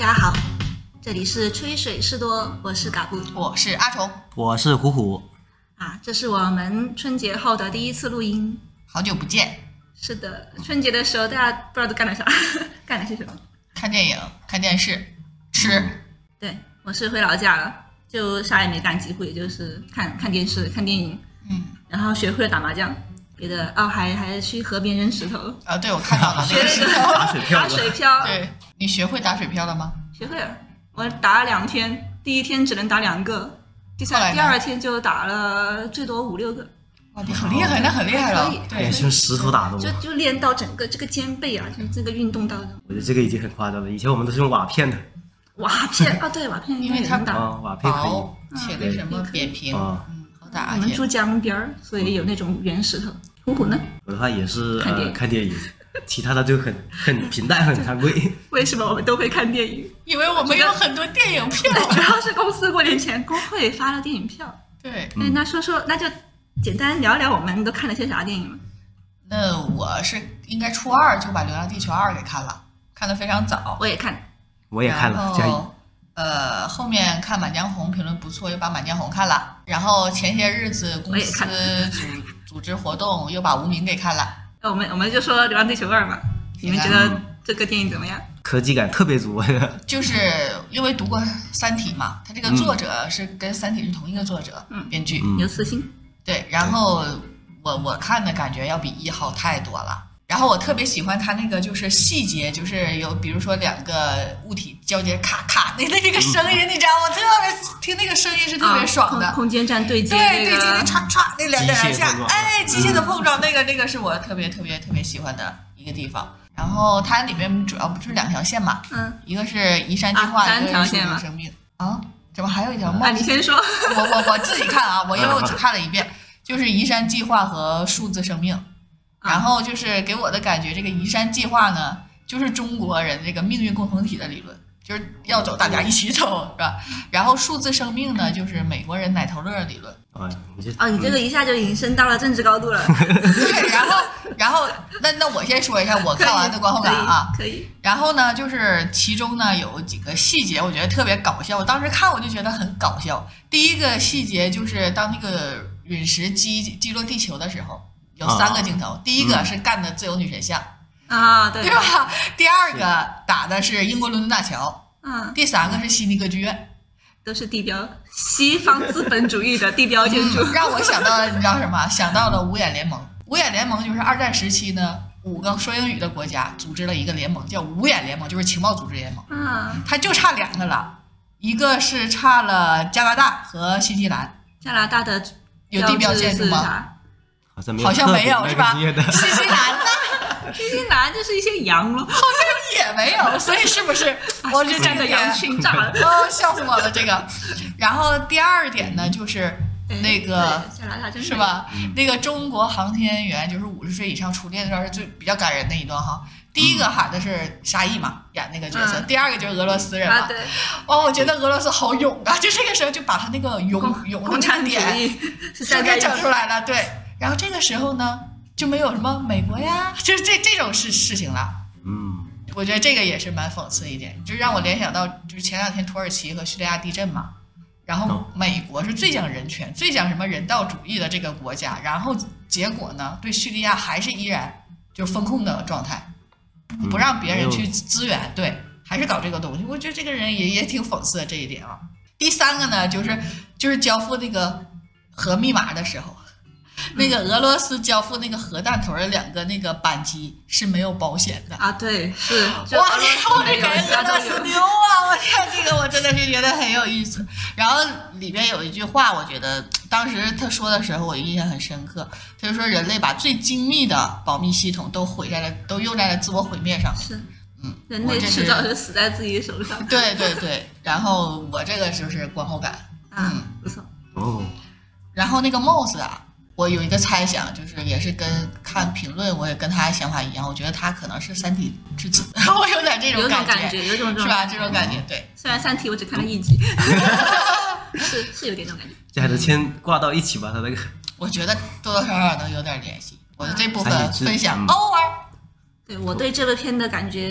家好，这里是吹水士多，我是嘎布， 我是阿虫， 我是虎虎。 这是我们春节后的第一次录音， 好久不见。 是的，春节的时候大家不知道都干了啥，干了些什么？ 看电影、看电视、吃。 对，我是回老家了，就啥也没干，几乎也就是看电视、看电影，然后学会了打麻将，别的还去河边扔石头。 对，我看到了那个石头。 打水漂。 对，你学会打水漂了吗？ 学会了，我打了2天，第一天只能打2个，第二天就打了最多5、6个。 哇，你很厉害，那很厉害了。 对， 是用石头打的吗？ 就练到整个这个肩背啊，就这个运动到的。 我觉得这个已经很夸张了，以前我们都是用瓦片的。 瓦片对，瓦片因为它瓦片可以且那什么扁平，好打。 我们住江边，所以有那种圆石头。虎虎呢？ 我的话也是看电影，其他的就很平淡，很常规。 为什么我们都会看电影？ 因为我们有很多电影票， 主要是公司过年前工会发了电影票。 对， 那那就简单聊聊我们都看了些啥电影吗？ 那我是应该初2就把《流浪地球2》给看了，看得非常早。 我也看了。然后后面看《满江红》评论不错，又把《满江红》看了。然后前些日子公司组织活动，又把《无名》给看了。 我们就说《流浪地球2》吧，你们觉得这个电影怎么样？ 科技感特别足。 就是因为读过《三体》嘛，他这个作者是跟《三体》是同一个作者，编剧刘慈欣。 对，然后我看的感觉要比1好太多了。然后我特别喜欢它那个就是细节，就是有比如说2个物体交接咔咔那个声音，你知道吗？我特别听那个声音是特别爽的。 空间站对接， 对接那歘歘那2下，机械的碰撞，那个是我特别喜欢的一个地方。然后它里面主要不是2条线嘛，一个是移山计划，一个是数字生命啊，这不还有一条吗？ 你先说。 我自己看啊，因为我只看了1遍，就是移山计划和数字生命。然后就是给我的感觉，这个移山计划呢，就是中国人这个命运共同体的理论，就是要走大家一起走，是吧？然后数字生命呢，就是美国人奶头乐的理论。 你这个一下就引申到了政治高度了。 对，然后那我先说一下我看完的观后感啊。 可以。 然后呢，就是其中呢有几个细节，我觉得特别搞笑。我当时看我就觉得很搞笑。第一个细节就是当那个陨石击落地球的时候。有3个镜头，第一个是干的自由女神像对吧？第2个打的是英国伦敦大桥，第3个是悉尼歌剧院， 都是地标，西方资本主义的地标建筑。 让我想到了，你知道什么？想到了五眼联盟。五眼联盟就是2战时期呢，5个说英语的国家组织了一个联盟，叫五眼联盟，就是情报组织联盟。它就差2个了，一个是差了加拿大和新西兰。 加拿大的有地标建筑吗？好像没有是吧？新西兰呢？ 新西兰就是一些羊了， 好像也没有，所以是不是？我就站在羊群炸了， 笑死我了这个。然后第2点呢，就是那个是吧？那个中国航天员就是50岁以上出列的时候是最比较感人的一段哈。第一个喊的是沙溢嘛，演那个角色。第2个就是俄罗斯人嘛。我觉得俄罗斯好勇啊！就这个时候就把他那个勇的看点就给整出来了，对。然后这个时候呢，就没有什么美国呀，就是这种事情了。我觉得这个也是蛮讽刺一点，就让我联想到就是前2天土耳其和叙利亚地震嘛，然后美国是最讲人权、最讲什么人道主义的这个国家，然后结果呢，对叙利亚还是依然就是封控的状态，不让别人去资源，对，还是搞这个东西。我觉得这个人也挺讽刺的这一点啊。第3个呢，就是交付那个核密码的时候。那个俄罗斯交付那个核弹头的2个那个扳机是没有保险的对，是哇，这个俄罗斯牛啊！我看这个我真的是觉得很有意思。然后里边有一句话，我觉得当时他说的时候我印象很深刻，他就说人类把最精密的保密系统都用在了自我毁灭上。 是，人类迟早是死在自己手上。 对。然后我这个就是观后感， 不错然后那个 Moss 啊。我有一个猜想，就是也是跟看评论，我也跟他想法一样，我觉得他可能是三体之子，我有点这种感觉， 有种是吧？这种感觉，对。 虽然三体我只看了1集，是有点这种感觉。 这还是先挂到一起吧，他那个。 我觉得多多少少能有点联系。我的这部分分享 over。 对，我对这部片的感觉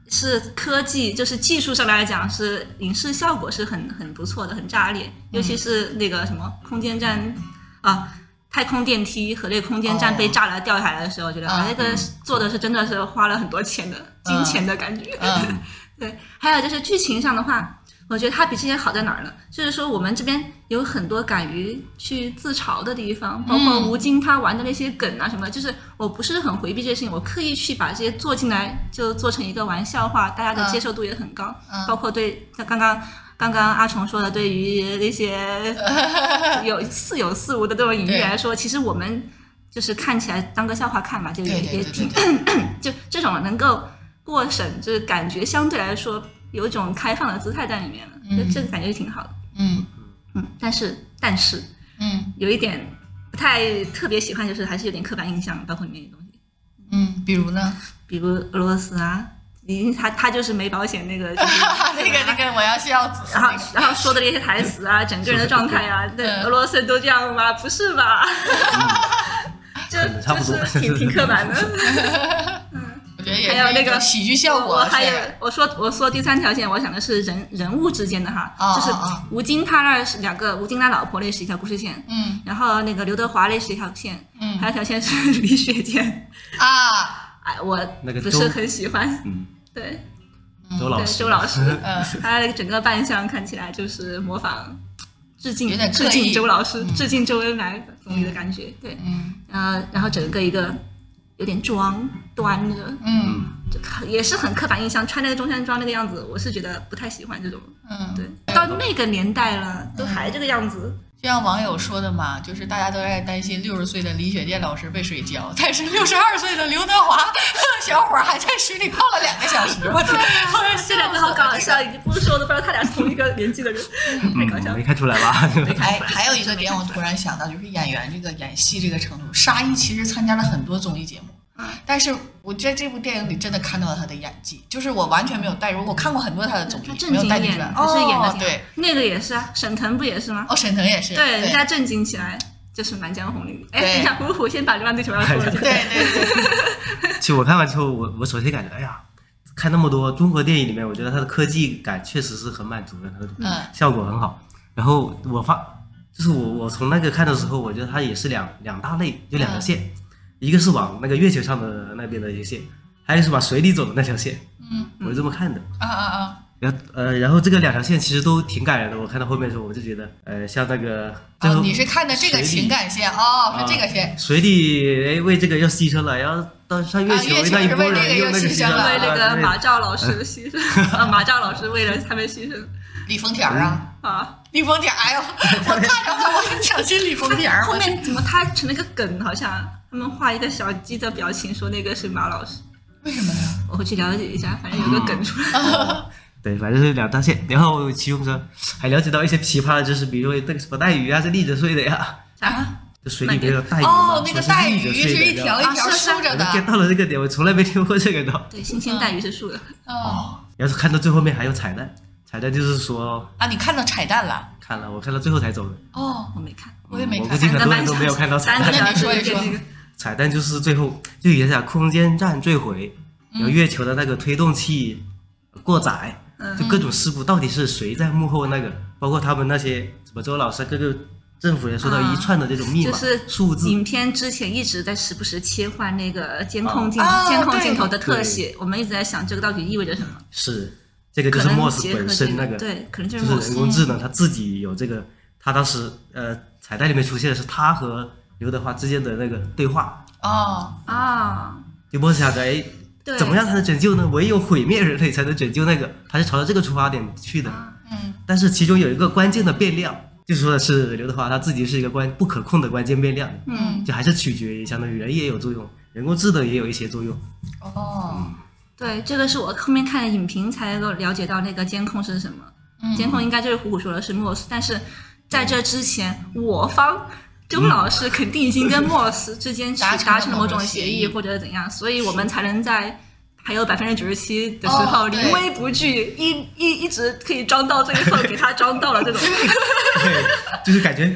是科技，就是技术上来讲是影视效果是很不错的，很炸裂，尤其是那个什么空间站太空电梯和那个空间站被炸了掉下来的时候，我觉得那个做的是真的是花了很多钱的，金钱的感觉。对，还有就是剧情上的话，我觉得它比之前好在哪儿呢？就是说我们这边有很多敢于去自嘲的地方，包括吴京他玩的那些梗啊什么，就是我不是很回避这些事情，我刻意去把这些做进来，就做成一个玩笑话，大家的接受度也很高。包括对像刚刚阿虫说的，对于那些似有似无的这种隐喻来说，其实我们就是看起来当个笑话看嘛，就也挺就这种能够过审，就是感觉相对来说有一种开放的姿态在里面了，就这个感觉挺好的。但是有一点不太特别喜欢，就是还是有点刻板印象，包括里面的东西。 比如呢？ 比如俄罗斯啊。他就是没保险那个，就是、 那个我要笑死。 然后说的那些台词啊，整个人的状态啊，俄罗斯人都这样吗？不是吧？就是挺刻板的。 我觉得也还有那个喜剧效果。 我说第三条线，我想的是人物之间的哈，就是吴京他那是两个，吴京他老婆那是一条故事线，然后那个刘德华那是一条线，还有一条线是李雪健我不是很喜欢。对， 周老师， 他那个整个扮相看起来就是模仿、致敬周老师、致敬周恩来综艺的感觉。对，然后整个一个有点端着，也是很刻板印象，穿那个中山装那个样子，我是觉得不太喜欢这种。对，到那个年代了，都还这个样子。 就像网友说的嘛，就是大家都在担心60岁的李雪健老师被水浇，但是62岁的刘德华小伙还在水里泡了2个小时。我天， 这两个好搞笑，已经不是说的，不知道他俩是同一个年纪的人，太搞笑了。 没看出来吧？ 还有一个点，我突然想到，就是演员这个演戏这个程度，沙溢其实参加了很多综艺节目。但是我在这部电影里真的看到了他的演技，就是我完全没有带入，我看过很多他的综艺，没有带进来。 是演的对， 那个也是啊，沈腾不也是吗？ 沈腾也是， 对，人家正经起来就是《满江红》里。等一下，虎虎先把《流浪地球》要说了。 对。 其实我看完之后，我首先感觉，看那么多中国电影里面，我觉得它的科技感确实是很满足的，它的效果很好。然后我从那个看的时候，我觉得它也是两大类，就2条线。一个是往那个月球上的那边的一个线，还有是往水里走的那条线。我是这么看的。然后这个2条线其实都挺感人的。我看到后面的时候，我就觉得，像那个你是看的这个情感线是这个线。 水里为这个要牺牲了，然后到上月球那一波人又那个牺牲了， 为那个马兆老师牺牲。马兆老师为了他们牺牲。 李丰田李丰田，我看着他我很想信李丰田。 后面怎么他成了个梗？好像他们画一个小鸡的表情，说那个是马老师。 为什么呀？ 我会去了解一下，反正有个梗出来。 对，反正是2大线。然后其中还了解到一些奇葩的知识，比如那个什么带鱼是立着睡的呀。就水里面有带鱼嘛， 那个带鱼是一条一条竖着的。 到了这个点，我从来没听过这个的。 对，新鲜带鱼是竖的。 要是看到最后面还有彩蛋。彩蛋就是说你看到彩蛋了？ 看了，我看到最后才走的。 我没看， 我也没看。 我估计很多人都没有看到彩蛋。 你说一说。 彩蛋就是最后就一下空间站坠毁，然后月球的那个推动器过载，就各种事故，到底是谁在幕后那个？包括他们那些什么周老师各个政府也收到一串的这种密码、数字。 影片之前一直在时不时切换那个监控镜头的特写，我们一直在想这个到底意味着什么？ 是。这个就是莫斯本身那个， 对，可能就是人工智能，他自己有这个。他当时彩蛋里面出现的是他和刘德华之间的那个对话。就莫斯想着，怎么样才能拯救呢？唯有毁灭人类才能拯救那个，他是朝着这个出发点去的。但是其中有一个关键的变量，就说的是刘德华他自己是一个不可控的关键变量。就还是取决于相当于人也有作用，人工智能也有一些作用。 对，这个是我后面看影评才能够了解到那个监控是什么。监控应该就是虎虎说的是莫斯，但是在这之前，我方周老师肯定已经跟莫斯之间达成了某种协议或者怎样，所以我们才能在还有97%的时候临危不惧，一直可以装到这一份，给他装到了这种。 对，就是感觉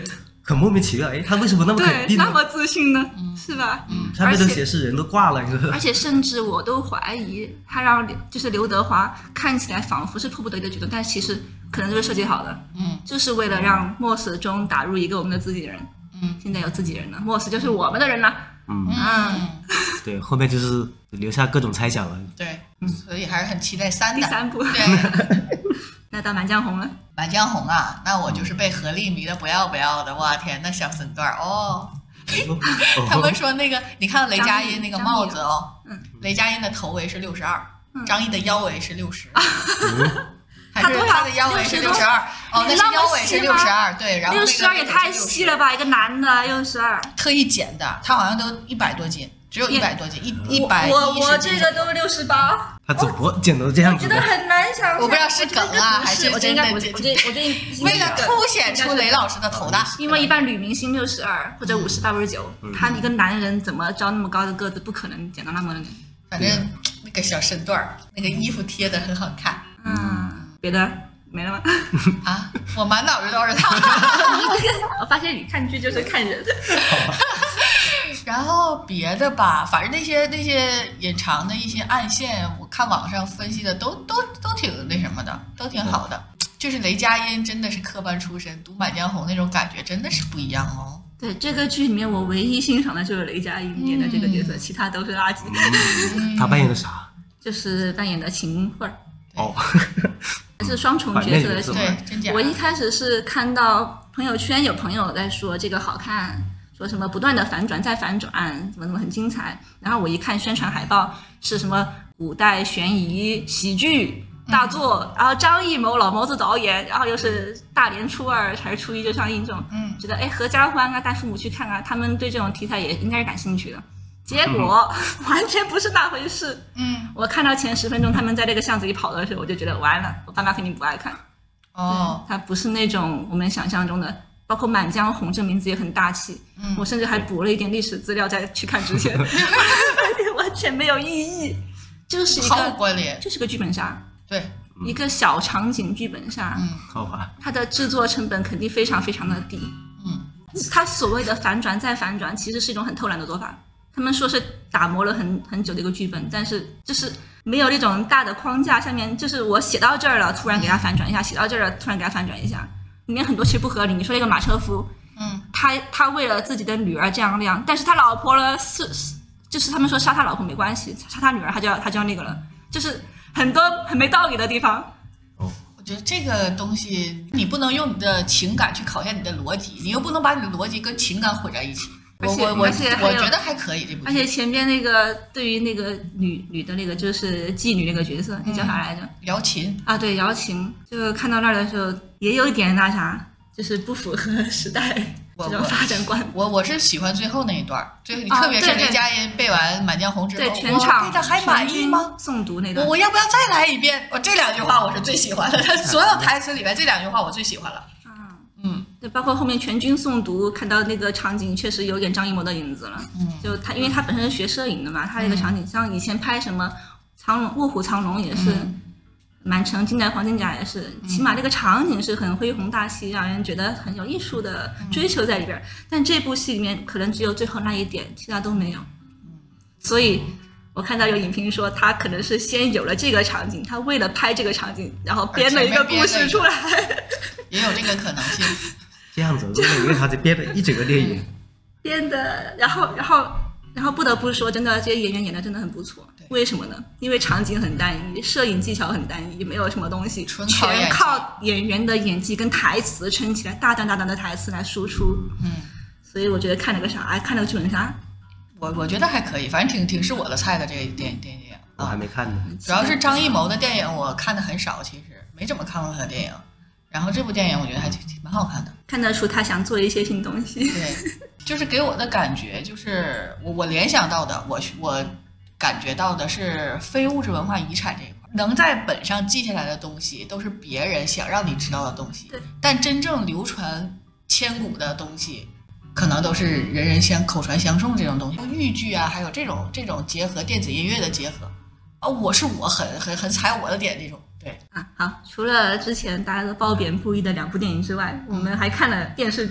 很莫名其妙，哎，他为什么那么肯定呢？ 那么自信呢？是吧？ 上面都写是人都挂了， 而且甚至我都怀疑他让就是刘德华看起来仿佛是迫不得已的举动，但其实可能就是设计好的，就是为了让 Moss 中打入一个我们的自己人，现在有自己人了，Moss 就是我们的人了， 对，后面就是留下各种猜想了， 对，所以还是很期待第三部， 对。 那到满江红了， 满江红啊，那我就是被何丽迷的不要不要的，哇天，那小身段哦。他们说那个，你看雷佳音那个帽子哦，雷佳音的头围是62，张译的腰围是60，还是他的腰围是62？哦，那是腰围是62，对，然后 62也太细了吧，一个男的62， 特意减的，他好像都100多斤，只有100多斤，110。 我这个都68。 他怎么剪成这样子的？ 我觉得很难想象， 我不知道是梗啊，还是真的。 我这为了凸显出雷老师的头大， 因为一般女明星62或者58、59，他一个男人怎么招那么高的个子，不可能剪到那么。 反正那个小身段，那个衣服贴的很好看。 别的没了吗？ 啊，我满脑子都是他。 我发现你看剧就是看人。 然后别的吧，反正那些隐藏的一些暗线，我看网上分析的都挺那什么的，都挺好的。就是雷佳音真的是科班出身，读《满江红》那种感觉真的是不一样哦。 对，这个剧里面我唯一欣赏的就是雷佳音演的这个角色，其他都是垃圾。 他扮演的啥？ 就是扮演的秦桧。 哦， 是双重角色的秦桧。 真假？ 我一开始是看到朋友圈有朋友在说这个好看。说什么不断的反转再反转，怎么很精彩。然后我一看宣传海报，是什么古代悬疑喜剧大作，然后张艺谋老谋子导演，然后又是大年初2还是初1就上映这种，觉得合家欢啊，带父母去看啊，他们对这种题材也应该是感兴趣的。结果完全不是那回事。我看到前10分钟他们在这个巷子里跑的时候，我就觉得完了，我爸妈肯定不爱看。它不是那种我们想象中的。包括《满江红》这名字也很大气，我甚至还补了一点历史资料在去看之前，完全没有意义，就是一个毫无关联， 就是个剧本杀， 对， 一个小场景剧本杀， 好吧， 它的制作成本肯定非常非常的低，它所谓的反转再反转，其实是一种很偷懒的做法。他们说是打磨了很久的一个剧本，但是就是没有那种大的框架，下面就是我写到这儿了，突然给它反转一下，写到这儿了，突然给它反转一下。里面很多其实不合理。你说那个马车夫，他为了自己的女儿这样那样，但是他老婆了就是他们说杀他老婆没关系，杀他女儿他就要那个了，就是很多很没道理的地方。 我觉得这个东西你不能用你的情感去考验你的逻辑，你又不能把你的逻辑跟情感混在一起。我觉得还可以这部剧。 而且前面那个对于那个女的那个就是妓女那个角色，那叫啥来着？ 姚琴啊，对，姚琴，就看到那儿的时候也有一点那啥，就是不符合时代这种发展观。 我是喜欢最后那一段，特别是雷佳音背完《满江红》之后， 对全场背的还满意吗？ 诵读那段， 我要不要再来一遍？我这2句话我是最喜欢的，他所有台词里面这2句话我最喜欢了。 对，包括后面全军诵读，看到那个场景确实有点张艺谋的影子了。就他，因为他本身是学摄影的嘛，他那个场景像以前拍什么卧虎藏龙也是，满城尽带黄金甲也是，起码那个场景是很恢宏大气，让人觉得很有艺术的追求在里边。但这部戏里面可能只有最后那一点，其他都没有。所以我看到有影评说，他可能是先有了这个场景，他为了拍这个场景，然后编了一个故事出来， 也有这个可能性。 这样子，因为他就编了一整个电影， 编的，然后不得不说，真的这些演员演的真的很不错。为什么呢？因为场景很单一，摄影技巧很单一，没有什么东西，全靠演员的演技跟台词撑起来，大段的台词来输出。所以我觉得看了个啥，看了个剧本杀。 我觉得还可以，反正挺是我的菜的这个电影。 我还没看呢。 主要是张艺谋的电影我看的很少，其实没怎么看过他的电影。然后这部电影我觉得还蛮好看的， 看得出他想做一些新东西。 对，就是给我的感觉就是我联想到的，我感觉到的是非物质文化遗产这一块，能在本上记下来的东西都是别人想让你知道的东西，但真正流传千古的东西，可能都是人人口传相送这种东西，豫剧啊，还有这种结合电子音乐的结合，我很踩我的点这种。对啊，好，除了之前大家都褒贬不一的2部电影之外，我们还看了电视剧，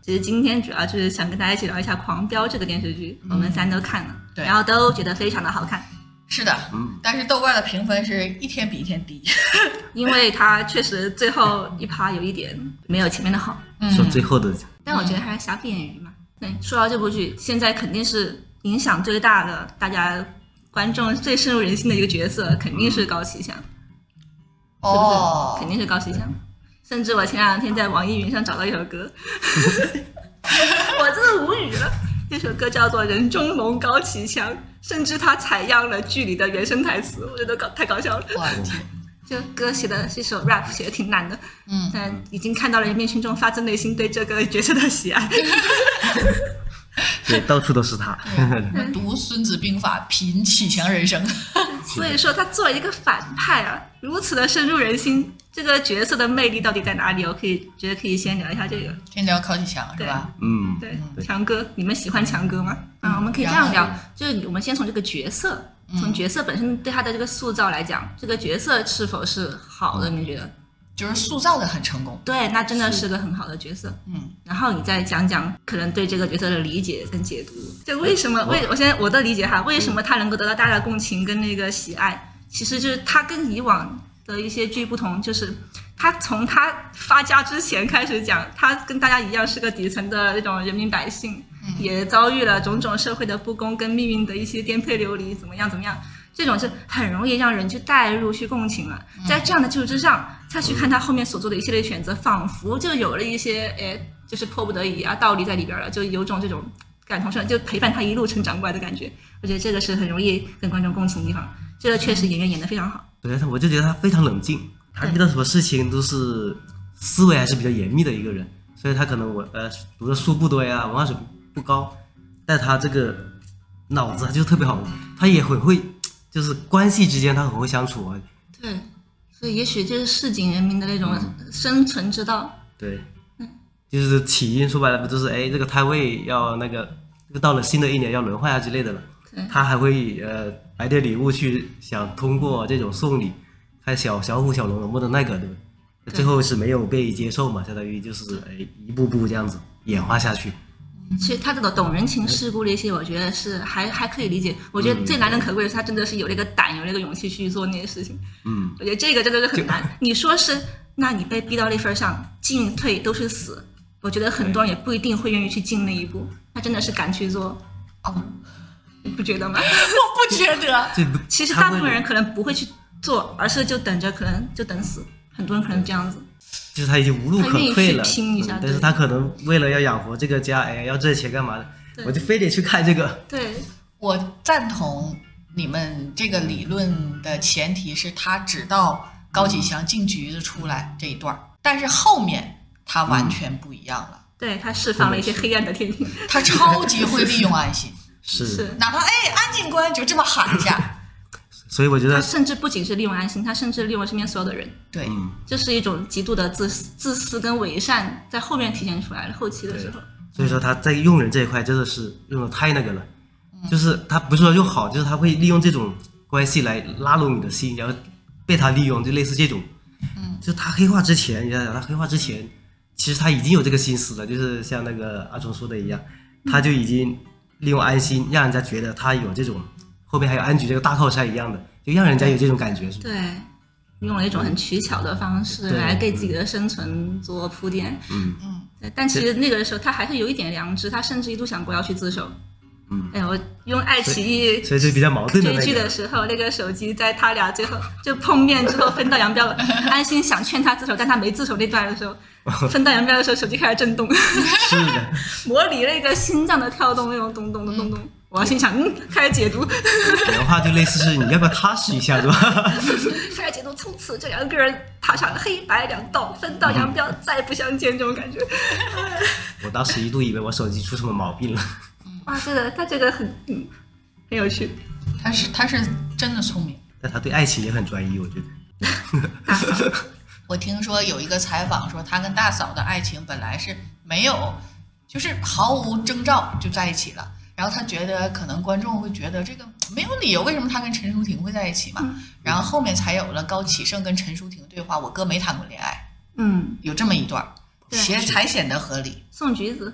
其实今天主要就是想跟大家一起聊一下《狂飙》这个电视剧，我们3都看了， 对， 然后都觉得非常的好看。 是的，但是豆瓣的评分是一天比一天低， 因为它确实最后一趴有一点没有前面的好。 说最后的， 但我觉得还是瑕不掩瑜嘛。对，说到这部剧，现在肯定是影响最大的，大家观众最深入人心的一个角色，肯定是高启强。 哦， 肯定是高启强。甚至我前2天在网易云上找到一首歌，我真的无语了。这首歌叫做《人中龙高启强》，甚至他采样了剧里的原声台词，我觉得太搞笑了。 我的天！ 就歌写的是一首 rap， 写的挺烂的，但已经看到了人民群众发自内心对这个角色的喜爱。 对，到处都是他。 读《孙子兵法》，品启强人生。 所以说，他作为一个反派啊，如此的深入人心，这个角色的魅力到底在哪里？我觉得可以先聊一下这个。 先聊高启强是吧？ 对，强哥，你们喜欢强哥吗？我们可以这样聊，就是我们先从这个角色，从角色本身对他的这个塑造来讲，这个角色是否是好的？你觉得？ 就是塑造的很成功， 对，那真的是个很好的角色。然后你再讲讲可能对这个角色的理解跟解读，就为什么我的理解哈，为什么他能够得到大家的共情跟那个喜爱，其实就是他跟以往的一些剧不同，就是他从他发家之前开始讲，他跟大家一样是个底层的那种人民百姓，也遭遇了种种社会的不公跟命运的一些颠沛流离，怎么样，这种是很容易让人去带入去共情了。在这样的基础之上，再去看他后面所做的一系列选择，仿佛就有了一些就是迫不得已啊道理在里边了，就有种这种感同身受，就陪伴他一路成长过来的感觉。我觉得这个是很容易跟观众共情的地方，这个确实演员演得非常好。 对，我就觉得他非常冷静，他遇到什么事情都是思维还是比较严密的一个人，所以他可能读的书不多呀，文化水平不高，但他这个脑子就特别好，他也很会，就是关系之间他很会相处啊。 对，所以也许就是市井人民的那种生存之道。 对，就是起因说白了不就是这个摊位要那个到了新的一年要轮换啊之类的了，他还会买点礼物去想通过这种送礼，看小虎小龙能不能那个，对吧？最后是没有被接受嘛，相当于就是一步步这样子演化下去。 其实他这个懂人情世故这些，我觉得是还可以理解。我觉得最难能可贵的是他真的是有那个胆，有那个勇气去做那些事情。我觉得这个真的是很难。你说是，那你被逼到那份上，进退都是死。我觉得很多人也不一定会愿意去进那一步，他真的是敢去做。你不觉得吗？ 我不觉得。 其实大部分人可能不会去做，而是就等着，可能就等死。很多人可能这样子。 就是他已经无路可退了， 拼一下， 但是他可能为了要养活这个家，要挣钱干嘛的，我就非得去看这个。 对， 我赞同你们这个理论的前提是他只到高启强进局子出来这一段，但是后面他完全不一样了。 对，他释放了一些黑暗的天性， 他超级会利用安心， 是哪怕安警官就这么喊一下。 所以我觉得他甚至不仅是利用安心，他甚至利用身边所有的人。 对， 这是一种极度的自私跟伪善，在后面体现出来了。后期的时候， 所以说他在用人这一块真的是用的太那个了，就是他不是说用好，就是他会利用这种关系来拉拢你的心，然后被他利用，就类似这种。就是他黑化之前，你想想他黑化之前，其实他已经有这个心思了，就是像那个阿忠说的一样，他就已经利用安心，让人家觉得他有这种。后面还有安局这个大靠山一样的，就让人家有这种感觉。 对，用了一种很取巧的方式来给自己的生存做铺垫。但其实那个时候他还是有一点良知，他甚至一度想过要去自首。我用爱奇艺所以就比较矛盾的追剧的时候，那个手机在他俩最后就碰面之后分道扬镳了。安心想劝他自首，但他没自首那段的时候，分道扬镳的时候，手机开始震动。 是的， 模拟那个心脏的跳动，那种咚咚咚咚咚。我心想，开始解读。 原话就类似是你要不要踏实一下，是吧？ 开始解读，从此这两个人踏上了黑白两道，分道扬镳，再不相见，这种感觉。 我当时一度以为我手机出什么毛病了。 哇，对的，他这个很有趣。 他是真的聪明， 但他对爱情也很专一，我觉得。 我听说有一个采访说，他跟大嫂的爱情本来是没有，就是毫无征兆就在一起了。然后他觉得可能观众会觉得这个没有理由，为什么他跟陈淑婷会在一起嘛？然后后面才有了高启盛跟陈淑婷对话，我哥没谈过恋爱，有这么一段，才显得合理。 送橘子，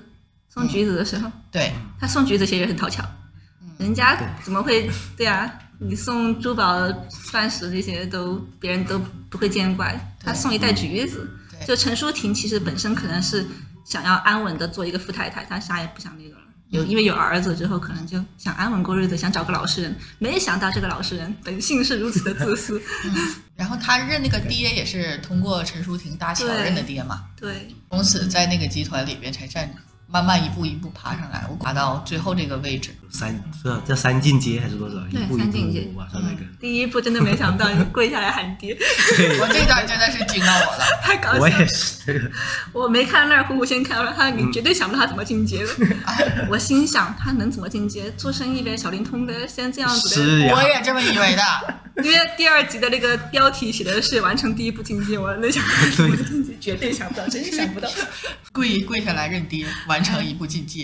送橘子的时候， 对， 他送橘子其实也很讨巧，人家怎么会对啊？你送珠宝、钻石这些别人都不会见怪，他送一袋橘子。就陈淑婷其实本身可能是想要安稳的做一个富太太，她啥也不想那个了。因为有儿子之后，可能就想安稳过日子，想找个老实人。没想到这个老实人本性是如此的自私。 然后他认那个爹也是通过陈淑婷搭桥认的爹嘛。 对。 从此在那个集团里边才慢慢一步一步爬上来，我爬到最后这个位置。 叫三进阶还是多少？ 对， 一步三进阶往上那个。 第一步真的没想到你跪下来喊爹。 我这段真的是惊到我了， 太搞笑了。 我也是这个。 我没看那儿，虎虎先看到他，你绝对想不到他怎么进阶的。我心想他能怎么进阶？做生意呗，小灵通呗，先这样子呗。 我也这么以为的。 因为第2集的那个标题写的是完成第1步进阶，我在想进阶绝对想不到，真是想不到。 跪下来认爹，完成1步进阶。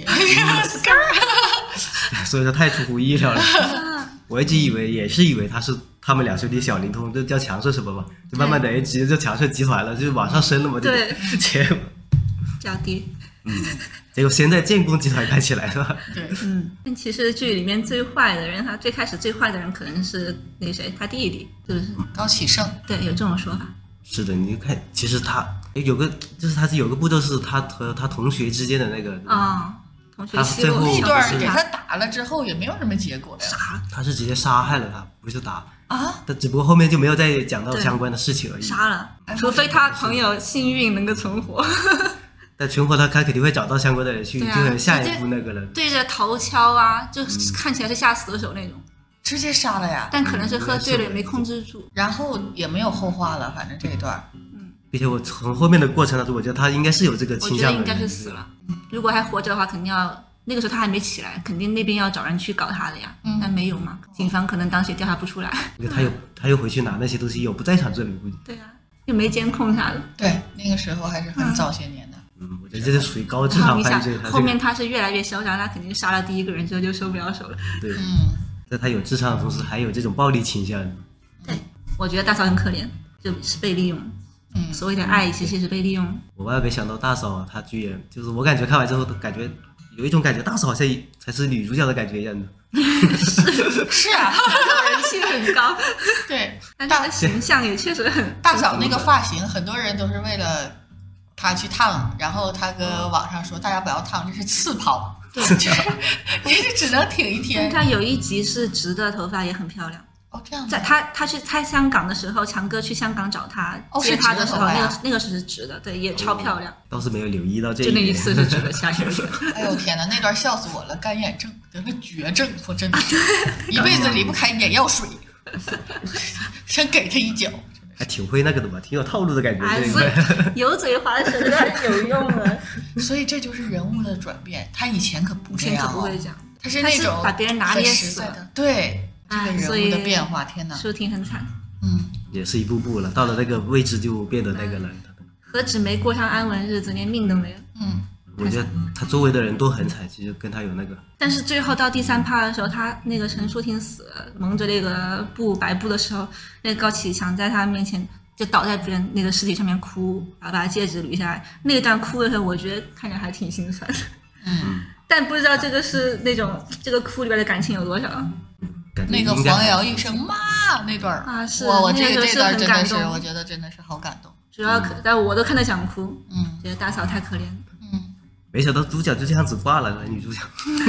所以说太出乎意料了。我一直以为他们2兄弟小灵通，就叫强势什么嘛，就慢慢的直接就强势集团了，就往上升了嘛。 对， 结果叫爹。 结果现在建工集团开起来了。 对， 但其实剧里面最坏的人，他最开始最坏的人可能是那谁，他弟弟，是不是？ 高启盛。 对，有这种说法。 是的，你看，其实他有个步骤是他和他同学之间的那个同学最后那段给他打了之后也没有什么结果呀。 他是直接杀害了他，不是打啊， 但只不过后面就没有再讲到相关的事情而已。 杀了，除非他朋友幸运能够存活。 但存活他肯定会找到相关的人去，就是下一步那个了。 对着头敲啊，就看起来是下死手那种。 直接杀了呀！ 但可能是喝醉了也没控制住， 然后也没有后话了，反正这一段。 并且我从后面的过程当中，我觉得他应该是有这个倾向的。 我觉得应该是死了。如果还活着的话，肯定要那个时候他还没起来，肯定那边要找人去搞他的呀。但没有嘛，警方可能当时也调查不出来。 他又回去拿那些东西，有不在场证明估计。 对啊，又没监控啥的。 对，那个时候还是很早些年的。 我觉得这是属于高智商犯罪。 后面他是越来越嚣张，他肯定杀了第1个人之后就收不了手了。 对，在他有智商的同时，还有这种暴力倾向。 对，我觉得大嫂很可怜，就是被利用。所谓的爱其实是被利用。 我万万没想到大嫂她居然就是我感觉看完之后感觉有一种感觉，大嫂好像才是女主角的感觉一样的。 是啊， 人气很高。 对， 但她的形象也确实很。 大嫂那个发型，很多人都是为了她去烫，然后她跟网上说大家不要烫，这是刺抛。对，你是只能挺一天。 她有一集是直的头发，也很漂亮。 这样在他去香港的时候，强哥去香港找他接他的时候，那个是直的，对，也超漂亮。 倒是没有留意到这一点。 就那一次是直的，下去。 哎呦天哪，那段笑死我了！干眼症得了绝症，说真的，一辈子离不开眼药水，想给他一脚。 还挺会那个的吧，挺有套路的感觉。 油嘴滑舌的有用的。 所以这就是人物的转变，他以前可不这样， 不会这样， 他是那种把别人拿捏死的， 对。这个人物的变化，天哪！ 舒婷很惨， 也是一步步了，到了那个位置就变得那个了。 何止没过上安稳日子，连命都没有。 我觉得他周围的人都很惨，其实跟他有那个。 但是最后到第3趴的时候，他那个陈淑婷死了，蒙着那个白布的时候，那个高启强在他面前就倒在别人那个尸体上面哭，然后把戒指捋下来。那段哭的时候，我觉得看着还挺心酸的。但不知道这个是那种这个哭里边的感情有多少。 那个黄瑶一声妈那段啊，是我这段真的是，我觉得真的是好感动。 主要但我都看得想哭，觉得大嫂太可怜。 没想到主角就这样子挂了，女主角。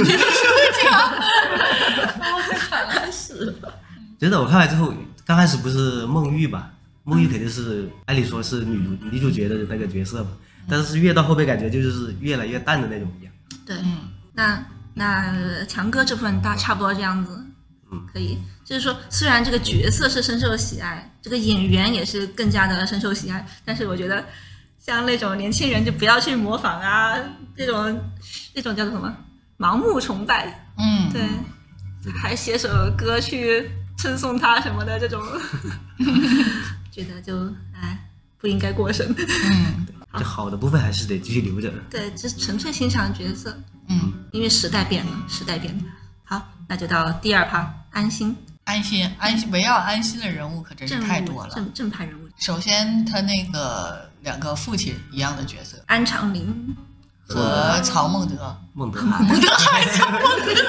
太惨了，是。 真的，我看完之后，刚开始不是孟玉吧？孟玉肯定是按理说是女主角的那个角色嘛，但是越到后面感觉就是越来越淡的那种一样。 对，那强哥这部分差不多这样子。可以，就是说，虽然这个角色是深受喜爱，这个演员也是更加的深受喜爱，但是我觉得，像那种年轻人就不要去模仿啊，这种叫做什么盲目崇拜，对，还写首歌去称颂他什么的，这种，觉得就不应该过深。 这好的部分还是得继续留着。 对，这纯粹欣赏角色。因为时代变了。好，那就到第2趴，安心， 围绕安心的人物可真是太多了。 正派人物， 首先他那个2个父亲一样的角色， 安长林和曹孟德。 孟德海，曹孟德。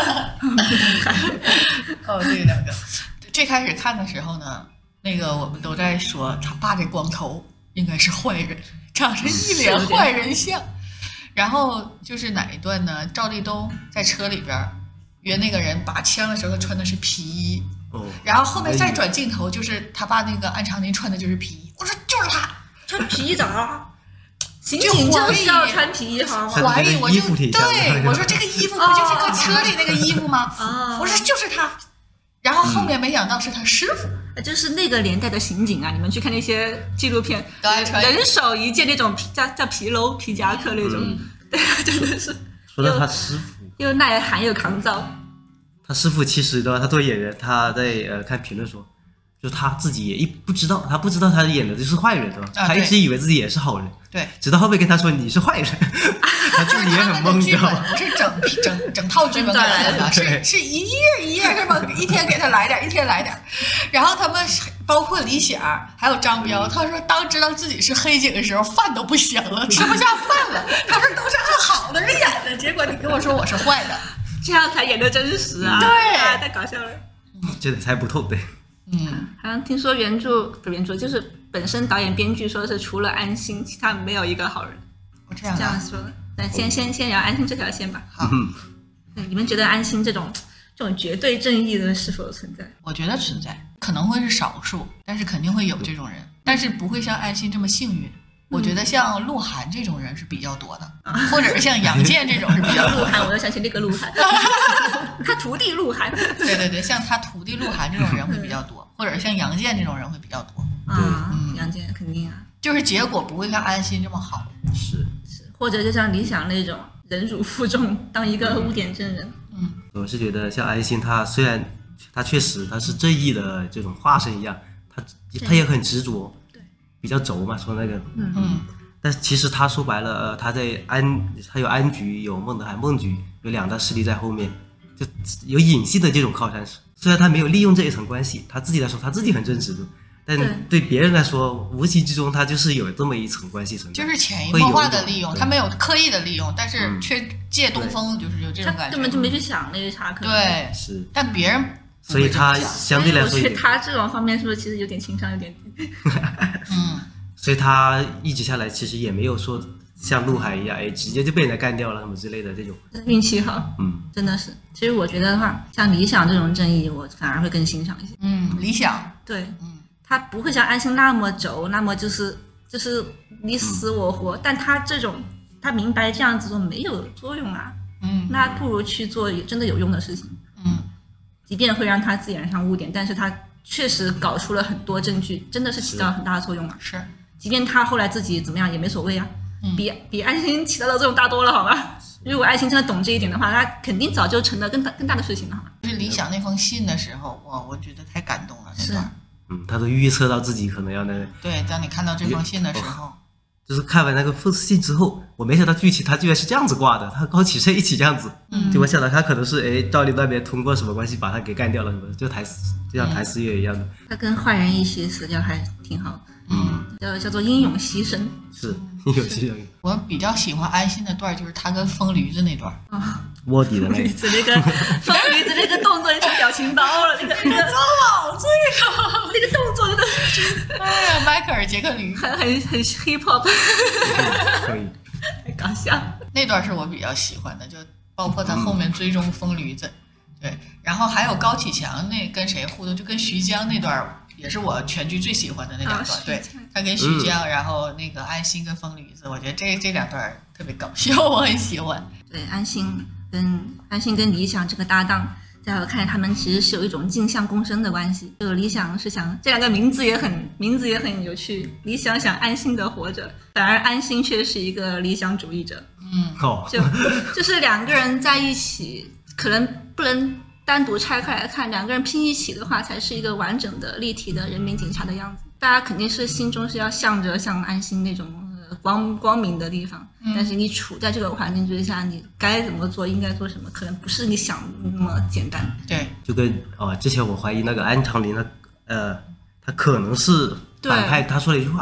哦，这两个。最开始看的时候呢，那个我们都在说他爸这光头应该是坏人，长着一脸坏人相。然后就是哪一段呢？赵立东在车里边约那个人拔枪的时候，他穿的是皮衣。然后后面再转镜头，就是他爸那个安长林穿的就是皮衣。我说就是他穿皮衣咋？刑警就是要穿皮衣好吗？ 怀疑我就对我说这个衣服不就是搁车里那个衣服吗？我说就是他。然后后面没想到是他师傅， 就是那个年代的刑警啊！你们去看那些纪录片，人手一件那种叫皮褛皮夹克那种，对，真的是。 说到他师傅， 又耐寒又抗造。 他师傅其实的，他做演员，他在看评论说，就他自己也不知道，他不知道他演的就是坏人，对吧？他一直以为自己也是好人， 对， 直到后面跟他说你是坏人，他自己也很懵，你知道吗？ 不是整套剧本改来的，是一页一页是吧？一天给他来点，一天来点。然后他们包括李想还有张彪，他说当知道自己是黑警的时候，饭都不香了，吃不下饭了。他说都是按好的人演的，结果你跟我说我是坏的， 这样才演得真实啊！ 对， 太搞笑了。 这猜不透，对。 好像听说原著就是本身导演编剧说是除了安心，其他没有一个好人。 我这样说的。那先聊安心这条线吧。 好， 你们觉得安心这种绝对正义的是否存在？ 我觉得存在，可能会是少数，但是肯定会有这种人，但是不会像安心这么幸运。我觉得像鹿晗这种人是比较多的，或者是像杨健这种是比较多的。 鹿晗，我又想起那个鹿晗，他徒弟鹿晗。 对，像他徒弟鹿晗这种人会比较多，或者像杨健这种人会比较多。 杨健肯定啊， 就是结果不会像安心这么好。 是， 或者就像李想那种忍辱负重，当一个污点证人。 我是觉得像安心，他虽然他确实他是正义的这种化身一样，他也很执着。比较轴嘛，说那个，但其实他说白了，他有安局，有孟德海孟局，有两大势力在后面，就有隐性的这种靠山。虽然他没有利用这一层关系，他自己来说他自己很正直的，但对别人来说，无形之中他就是有这么一层关系存在， 就是潜移默化的利用，他没有刻意的利用，但是却借东风，就是有这种感觉， 根本就没去想那个啥，可能对是， 但别人。 所以他相对来说， 我觉得他这种方面是不是其实有点情商有点低？ 所以他一直下来其实也没有说像鹿晗一样，直接就被人家干掉了什么之类的这种。 运气好，真的是。其实我觉得的话，像李想这种正义，我反而会更欣赏一些。 李想， 对，他不会像安心那么轴，那么就是你死我活，但他这种他明白这样子做没有作用啊，那不如去做真的有用的事情。即便会让他自己染上污点，但是他确实搞出了很多证据，真的是起到了很大的作用啊。 是， 即便他后来自己怎么样也没所谓啊，比安心起到的作用大多了，好吗？如果安心真的懂这一点的话，他肯定早就成了更大的事情了，好吗？ 就是李想那封信的时候，我觉得太感动了那段。 他都预测到自己可能要那个。 对，当你看到这封信的时候。 就是看完那个信之后，我没想到剧情他居然是这样子挂的，他高启盛一起这样子，结果想到他可能是赵丽那边通过什么关系把他给干掉了什么，就像谭思月一样的。 他跟坏人一起死掉还挺好，叫做英勇牺牲。 是英勇牺牲。 我比较喜欢安心的段就是他跟疯驴子那段卧底的那个。 疯驴子那个动作成表情包了，那个糟老这个那个动作真的是， 哎呀，迈克尔·杰克驴很 hip hop， 可以， 太搞笑。 那段是我比较喜欢的，就包括他后面追踪疯驴子，对，然后还有高启强那跟谁互动，就跟徐江那段也是我全剧最喜欢的那两段，对，他跟徐江，然后那个安心跟疯驴子，我觉得这两段特别搞笑，我很喜欢。 对，安心跟理想这个搭档，在我看来他们其实是有一种镜像共生的关系。就理想是想这两个名字也很有趣，理想想安心的活着，反而安心却是一个理想主义者。就是两个人在一起，可能不能单独拆开来看，两个人拼一起的话，才是一个完整的立体的人民警察的样子。大家肯定是心中是要向着像安心那种光明的地方，但是你处在这个环境之下，你该怎么做，应该做什么，可能不是你想那么简单。 对， 就跟之前我怀疑那个安长林他可能是反派，他说了一句话，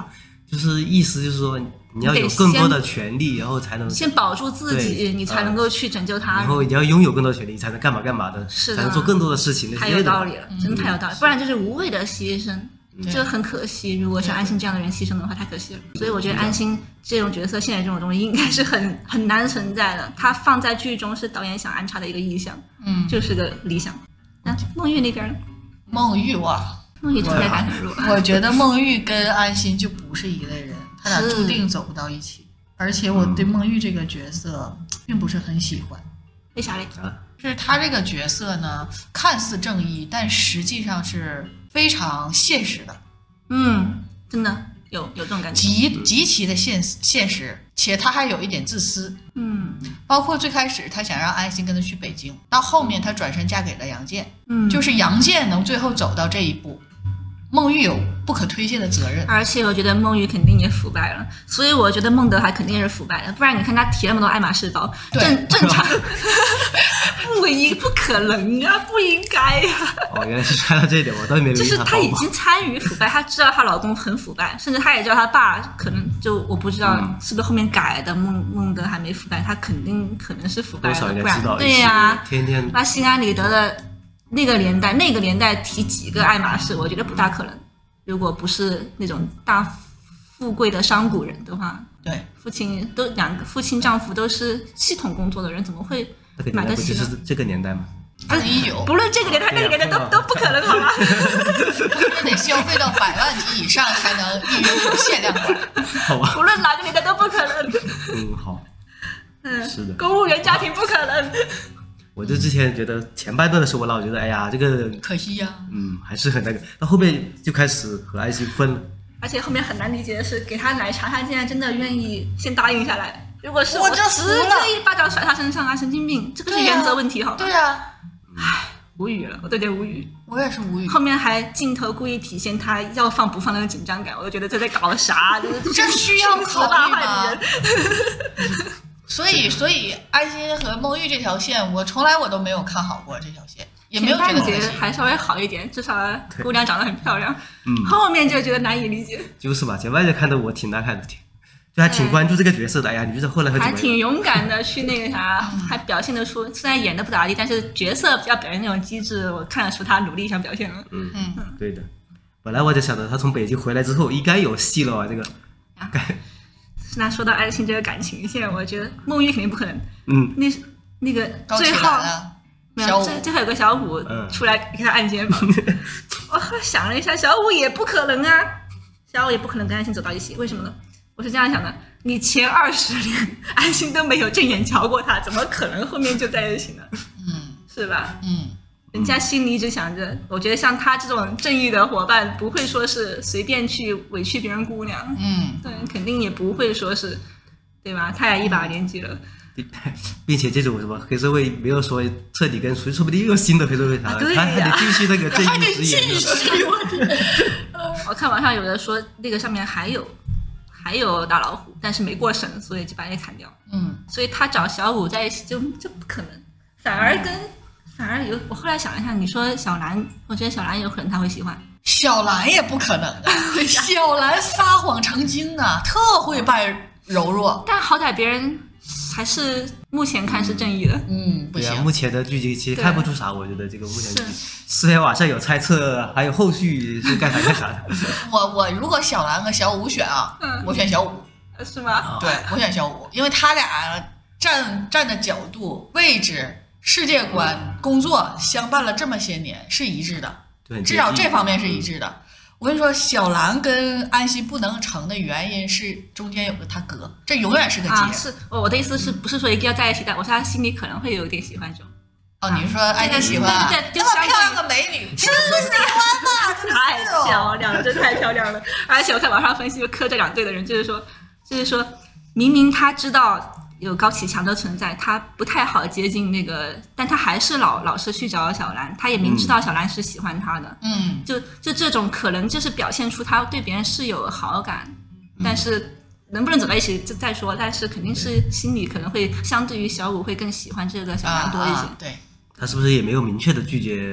就是意思就是说你要有更多的权利，然后才能先保住自己，你才能够去拯救他人。 然后你要拥有更多的权利，你才能干嘛干嘛的，才能做更多的事情。 太有道理了，真的太有道理，不然就是无谓的牺牲。这很可惜，如果像安心这样的人牺牲的话，太可惜了。所以我觉得安心这种角色，现在这种东西应该是很难存在的。他放在剧中是导演想安插的一个意象，就是个理想。那孟玉那边呢？ 孟玉哇， 孟玉存在感很弱。 我觉得孟玉跟安心就不是一类人，他俩注定走不到一起。而且我对孟玉这个角色并不是很喜欢。 为啥嘞？ 就是他这个角色呢，看似正义，但实际上是非常现实的。 真的有这种感觉， 极其的现实，且他还有一点自私。包括最开始他想让安心跟他去北京，到后面他转身嫁给了杨建。就是杨建能最后走到这一步，孟玉有不可推卸的责任。 而且我觉得孟玉肯定也腐败了，所以我觉得孟德还肯定是腐败的，不然你看他提那么多爱马仕包，正常不可能啊，不应该啊。 原来是看到这一点，我倒没留意。 就是他已经参与腐败，他知道她老公很腐败，甚至他也知道他爸可能我不知道是不是后面改的，孟德还没腐败，他可能是腐败的，不然对呀， 天天那心安理得的那个年代提几个爱马仕，我觉得不大可能。如果不是那种大富贵的商贾人的话， 对， 父亲丈夫都是系统工作的人，怎么会买得起呢？ 就是这个年代吗 ？2019， 不论这个年代那个年代都不可能，好吗？ 得消费到100万级以上才能拥有限量款。 好吧， 不论哪个年代都不可能。 好。是的， 公务员家庭不可能。 我就之前觉得前半段的时候，我老觉得哎呀这个可惜呀， 还是很那个，到后面就开始和安心分了。 而且后面很难理解的是，给他奶茶，他竟然真的愿意先答应下来。如果是我直接一巴掌甩他身上啊，神经病！这个是原则问题，好吗？ 对啊， 无语了，我有点无语。 我也是无语。 后面还镜头故意体现他要放不放那个紧张感，我就觉得这在搞啥？ 这需要考虑吗？所以安心和孟玉这条线，我从来都没有看好过这条线，也没有觉得还稍微好一点，至少姑娘长得很漂亮。后面就觉得难以理解。 就是吧，前半就看得我挺难看的，就还挺关注这个角色的。哎呀，你觉得后来还挺勇敢的去那个啥，还表现得出，虽然演的不咋地，但是角色要表现那种机智，我看得出他努力想表现了。 对的。本来我就想着他从北京回来之后应该有戏了啊，这个。 那说到安心这个感情线，我觉得孟玉肯定不可能。那个最后没有，最后有个小五出来给他按肩膀。我想了一下，小五也不可能啊，小五也不可能跟安心走到一起。为什么呢？我是这样想的：你前20年安心都没有正眼瞧过他，怎么可能后面就在一起呢？是吧？人家心里一直想着，我觉得像他这种正义的伙伴，不会说是随便去委屈别人姑娘，对，肯定也不会说是，对吧？他也一把年纪了， 并且这种什么黑社会没有说彻底跟随，说不定又有新的黑社会他还得继续那个正义之眼。 我看网上有的说那个上面还有大老虎，但是没过审，所以就把那砍掉。所以他找小五在一起就不可能，反而有，我后来想一下，你说小兰，我觉得小兰有可能他会喜欢。 小兰也不可能的，小兰撒谎成精啊，特会扮柔弱。 但好歹别人还是目前看是正义的。 不行。 目前的剧情其实看不出啥，我觉得这个目前剧情，虽然网上有猜测，还有后续是干啥的。 我如果小兰和小五选啊，我选小五。 是吗？ 对，我选小五，因为他俩站的角度、位置。世界观、工作相伴了这么些年是一致的， 对， 至少这方面是一致的。我跟你说，小兰跟安心不能成的原因是中间有个他哥，这永远是个结。 是我的意思是不是说一定要在一起？但我说他心里可能会有点喜欢这种。 你是说安心喜欢？ 对， 那么漂亮个美女，是不喜欢嘛？ 太漂亮了，真太漂亮了！而且我看网上分析，就磕这两对的人，就是说，明明他知道。有高启强的存在，他不太好接近那个，但他还是老是去找小兰，他也明知道小兰是喜欢他的，就这种可能就是表现出他对别人是有好感，但是能不能走在一起再说，但是肯定是心里可能会相对于小五会更喜欢这个小兰多一些。 对， 他是不是也没有明确的拒绝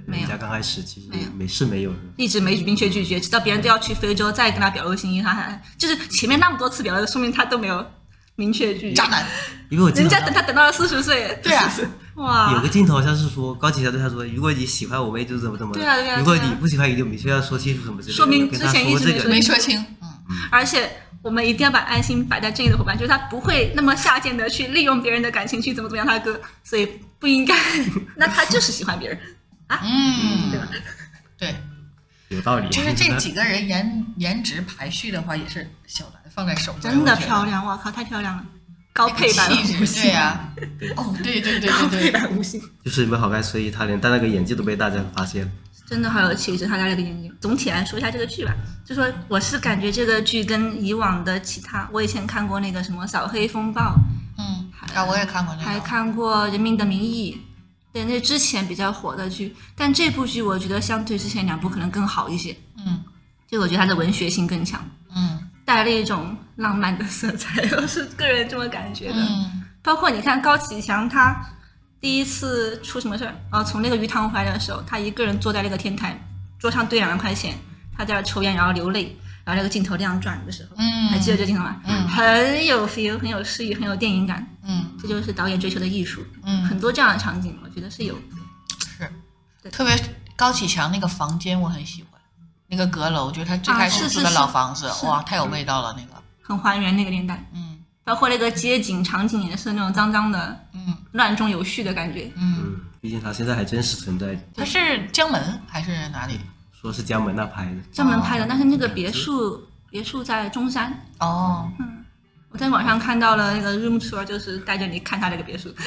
人家刚开始其实没事没有， 一直没明确拒绝，直到别人都要去非洲再跟他表露心意，他还就是前面那么多次表露，说明他都没有明确拒绝。 渣男， 因为我人家等到了40岁， 对啊， 哇， 有个镜头好像是说高启强对他说，如果你喜欢我们就怎么怎么， 对啊， 如果你不喜欢你就明确要说清楚什么之类的， 说明之前一直没说清， 而且我们一定要把安心摆在正义的伙伴，就是他不会那么下贱的去利用别人的感情去怎么样他哥，所以不应该，那他就是喜欢别人啊，对吧？ 对， 有道理。 就是这几个人颜值排序的话，也是小兰放在首位， 真的漂亮，我靠，太漂亮了，高配版无性，对呀，哦，对， 高配版无性， 就是因为好看，所以他连戴那个眼镜都被大家发现了。 真的好有气质，他戴了个眼镜。总体来说一下这个剧吧，就说我是感觉这个剧跟以往的其他，我以前看过那个什么《扫黑风暴》， 我也看过那个， 还看过《人民的名义》，对，那之前比较火的剧，但这部剧我觉得相对之前2部可能更好一些，就我觉得它的文学性更强，带了一种浪漫的色彩，我是个人这么感觉的。包括你看高启强他第一次出什么事儿，从那个鱼塘回来的时候，他一个人坐在那个天台，桌上堆2万块钱，他在那抽烟，然后流泪，然后那个镜头这样转的时候，还记得这镜头吗？很有 feel， 很有诗意，很有电影感。这就是导演追求的艺术。很多这样的场景，我觉得是有。 是，特别高启强那个房间我很喜欢，那个阁楼，就是他最开始住的老房子，哇，太有味道了，那个很还原那个年代。包括那个街景场景也是那种脏脏的，乱中有序的感觉。 毕竟它现在还真实存在。 它是江门还是哪里？ 说是江门那拍的。 江门拍的，但是那个别墅在中山。我在网上看到了那个 room tour， 就是带着你看他那个别墅。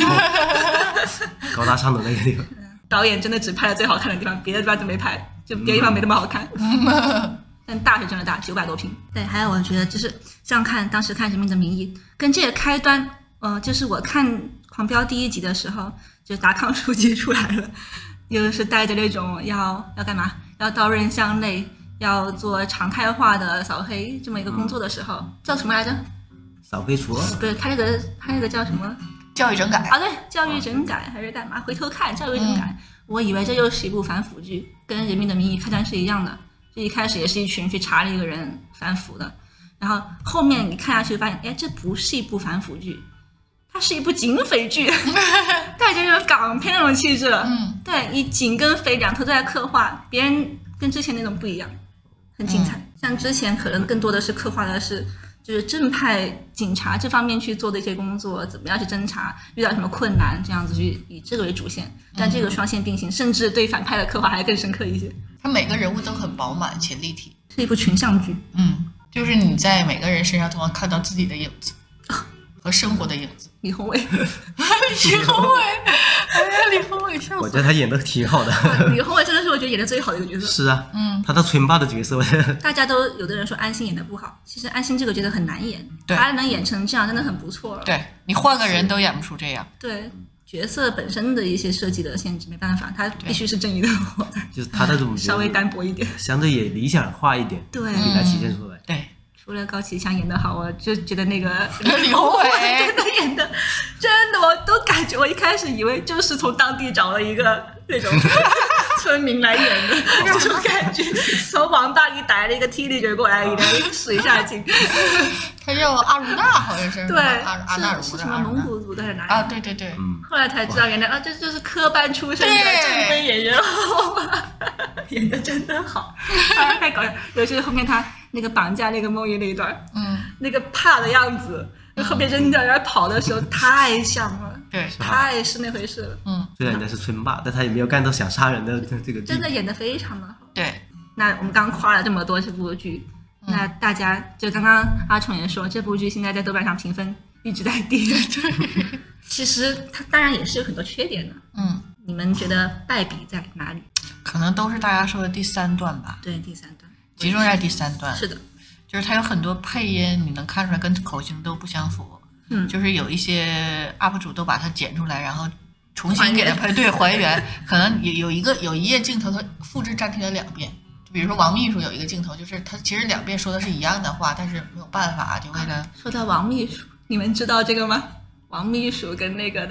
高大上的那个地方。 导演真的只拍了最好看的地方，别的地方都没拍，就别的地方没那么好看。但大是真的大，900多平。对，还有我觉得就是像当时看《人民的名义》，跟这个开端，就是我看《狂飙》第1集的时候，就达康书记出来了，又是带着那种要干嘛，要刀刃相类，要做常态化的扫黑这么一个工作的时候，叫什么来着？ 扫黑除恶？ 不是，他那个叫什么？ 教育整改啊，对，教育整改还是干嘛？回头看教育整改，我以为这又是一部反腐剧，跟《人民的名义》开端是一样的。就一开始也是一群去查了一个人反腐的，然后后面你看下去发现，哎，这不是一部反腐剧，它是一部警匪剧，带着那种港片那种气质了。对，以警跟匪2头都在刻画，别人跟之前那种不一样，很精彩。像之前可能更多的是刻画的是就是正派警察这方面去做的一些工作，怎么样去侦查，遇到什么困难，这样子去以这个为主线。但这个双线并行，甚至对反派的刻画还更深刻一些。 他每个人物都很饱满且立体， 是一部群像剧。 就是你在每个人身上都能看到自己的影子和生活的影子。 李宏伟， 李宏伟，哎呀，李宏伟笑死！ 我觉得他演的挺好的。 李宏伟真的是我觉得演的最好的一个角色。 是啊，他的村霸的角色，我觉得大家都有的人说安心演的不好，其实安心这个角色很难演，他能演成这样真的很不错了。 对，你换个人都演不出这样。 对。角色本身的一些设计的限制，没办法，他必须是正义的伙伴， 就是他那种稍微单薄一点， 相对也理想化一点， 对， 给他体现出来。 对， 除了高启强演的好，我就觉得那个李宏伟真的演的，真的我都感觉，我一开始以为就是从当地找了一个那种村民来演的那种感觉，从网大里逮了一个 teenager 过来，一个水下镜。 他叫阿如纳，好像是对， 阿纳如是什么蒙古族的还是哪里啊？对对对， 后来才知道原来这就是科班出身的正规演员，演的真的好，太搞笑。尤其是后面他那个绑架那个梦玉那一段，那个怕的样子，后面扔掉然后跑的时候太像了， 对， 太是那回事了。 虽然人家是村霸，但他也没有干到想杀人的这个。 真的演得非常的好。 对， 那我们刚夸了这么多这部剧。那大家就刚刚阿宠也说，这部剧现在在豆瓣上评分一直在跌。对，其实它当然也是有很多缺点的。你们觉得败笔在哪里？ 可能都是大家说的第3段吧。 对，第3段集中在第3段。 是的， 就是它有很多配音，你能看出来跟口型都不相符。就是有一些 UP 主都把它剪出来，然后重新给它配对还原。可能有一页镜头，它复制粘贴了2遍。比如说王秘书有一个镜头，就是他其实2遍说的是一样的话，但是没有办法，就为了说到王秘书，你们知道这个吗？王秘书跟那个的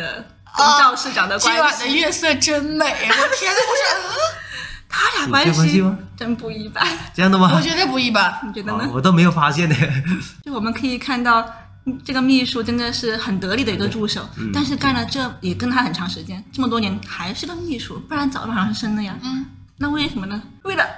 跟赵市长的关系。 今晚的月色真美，我天哪！我说他俩关系真不一般。 这样的吗？ 我觉得不一般， 你觉得呢？ 我都没有发现呢。 就我们可以看到，这个秘书真的是很得力的一个助手，但是干了这也跟他很长时间，这么多年还是个秘书，不然早就上升了呀。那为什么呢？为了，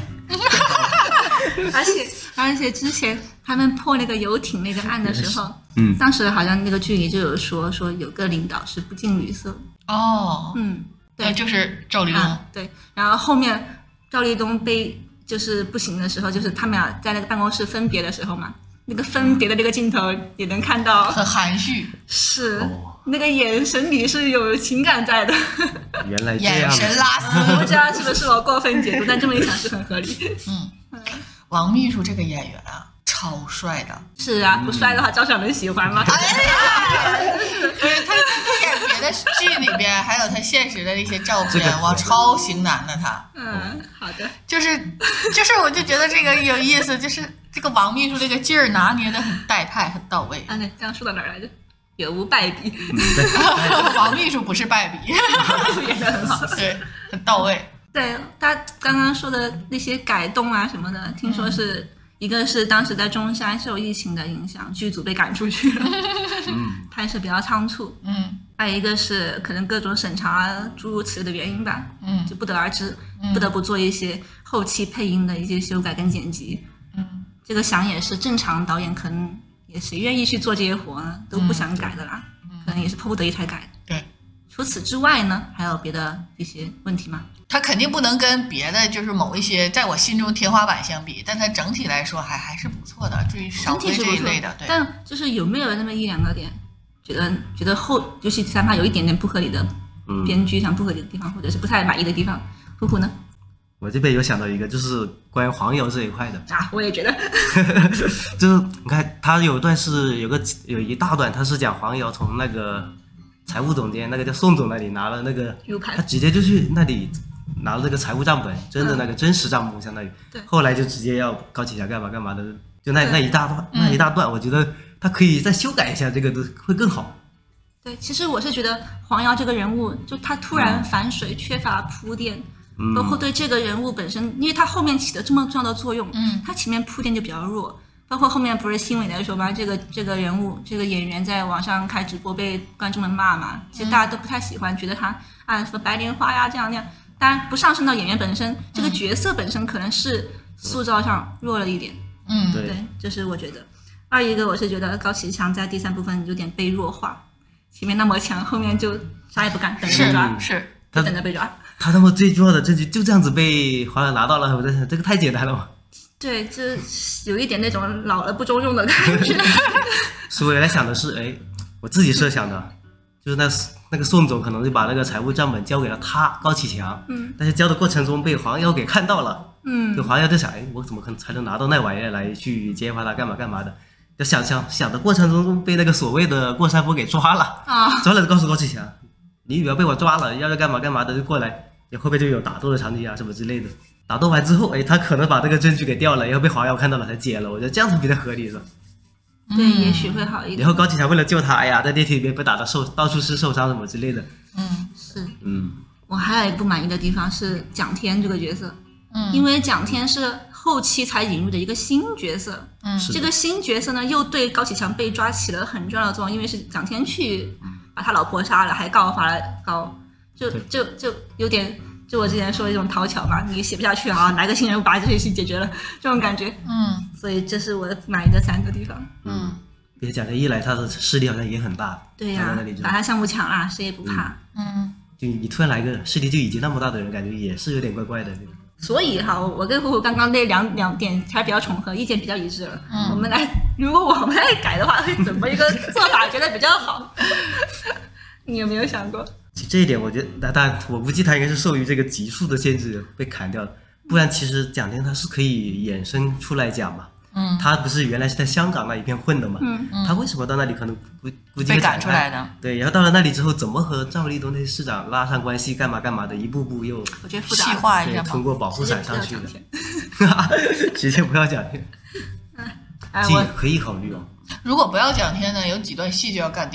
而且之前他们破那个游艇那个案的时候，当时好像那个剧里就有说有个领导是不近女色。对， 就是赵立东。 对，然后后面赵立东被就是不行的时候，就是他们俩在那个办公室分别的时候嘛，那个分别的那个镜头也能看到很含蓄， 是。那个眼神里是有情感在的， 原来这样， 眼神拉丝， 我不知道是不是我过分解读，但这么一想是很合理。 王秘书这个演员啊，超帅的。 是啊，不帅的话，赵小能喜欢吗？ 哎呀，不是他演别的剧里边，还有他现实的那些照片，哇，超型男的他。 好的， 就是，我就觉得这个有意思，就是这个王秘书这个劲儿拿捏的很带派，很到位。 对，这样说到哪儿来着？有无败笔？ 王秘书不是败笔， 秘书演得很好， 对，很到位。 对他刚刚说的那些改动啊什么的，听说是一个是当时在中山受疫情的影响，剧组被赶出去了，拍摄比较仓促，还有一个是可能各种审查诸如此类的原因吧，就不得而知，不得不做一些后期配音的一些修改跟剪辑，这个想也是正常导演可能。也谁愿意去做这些活呢？都不想改的啦，可能也是迫不得已才改。 对， 除此之外呢，还有别的一些问题吗？ 他肯定不能跟别的就是某一些在我心中天花板相比，但他整体来说还是不错的，至于少推这一类的。对， 但就是有没有那么一两个点，觉得尤其第三趴有一点点不合理的编剧上不合理的地方，或者是不太满意的地方？虎虎呢？ 我这边有想到一个，就是关于黄油这一块的啊，我也觉得， 就是你看他有一段是有一大段，他是讲黄油从那个财务总监那个叫宋总那里拿了那个 U 盘， 他直接就去那里拿了这个财务账本，真的那个真实账目相当于， 对， 后来就直接要高启强干嘛干嘛的，就那一大段，我觉得他可以再修改一下，这个都会更好。 对，其实我是觉得黄瑶这个人物，就他突然反水，缺乏铺垫。包括对这个人物本身，因为他后面起了这么重要的作用，他前面铺垫就比较弱。包括后面不是新闻在说吗？这个人物这个演员在网上开直播被观众们骂嘛，其实大家都不太喜欢，觉得他什么白莲花呀这样那样。当然不上升到演员本身，这个角色本身可能是塑造上弱了一点。对，这是我觉得。二一个我是觉得高启强在第三部分有点被弱化，前面那么强，后面就啥也不干，等着被抓， 是等着被抓。 他他妈最重要的证据就这样子被黄瑶拿到了，我在想这个太简单了嘛。 对，这有一点那种老了不中用的感觉。 所以我来想的是，我自己设想的，就是那个宋总可能就把那个财务账本交给了他高启强，但是交的过程中被黄瑶给看到了，就黄瑶就想，我怎么可能才能拿到那玩意儿来去揭发他干嘛干嘛的？就想的过程中被那个所谓的过山峰给抓了，抓了就告诉高启强，你以为被我抓了，要干嘛干嘛的就过来。后面就有打斗的场景啊什么之类的，打斗完之后，他可能把这个证据给掉了，然后被黄瑶看到了才解了，我觉得这样子比较合理是吧？ 对，也许会好一点。 然后高启强为了救他，在电梯里面被打得到处是受伤什么之类的。 是。我还有一个不满意的地方是蒋天这个角色，因为蒋天是后期才引入的一个新角色，这个新角色呢又对高启强被抓起了很重要的作用，因为是蒋天去把他老婆杀了，还告发了就有点，就我之前说的一种讨巧吧，你写不下去啊，来个新人物把这些事解决了，这种感觉。所以这是我不满意的3个地方。 别讲他一来他的势力好像也很大。 对呀，把他项目抢了，谁也不怕。 就你突然来个势力就已经那么大的人，感觉也是有点怪怪的。 所以哈，我跟虎虎刚刚那两点还比较重合，意见比较一致了。如果我们来改的话，会怎么一个做法觉得比较好？你有没有想过？ 这一点我觉得，当然我估计他应该是受于这个集数的限制被砍掉的，不然其实蒋天他是可以衍生出来讲嘛。他不是原来是在香港那一片混的嘛，他为什么到那里可能估计被赶出来的？ 对，然后到了那里之后，怎么和赵立东那些市长拉上关系，干嘛干嘛的，一步步又我觉得复杂细化一下， 通过保护伞上去的，直接不要蒋天，可以考虑哦。 如果不要蒋天呢，有几段戏就要干掉。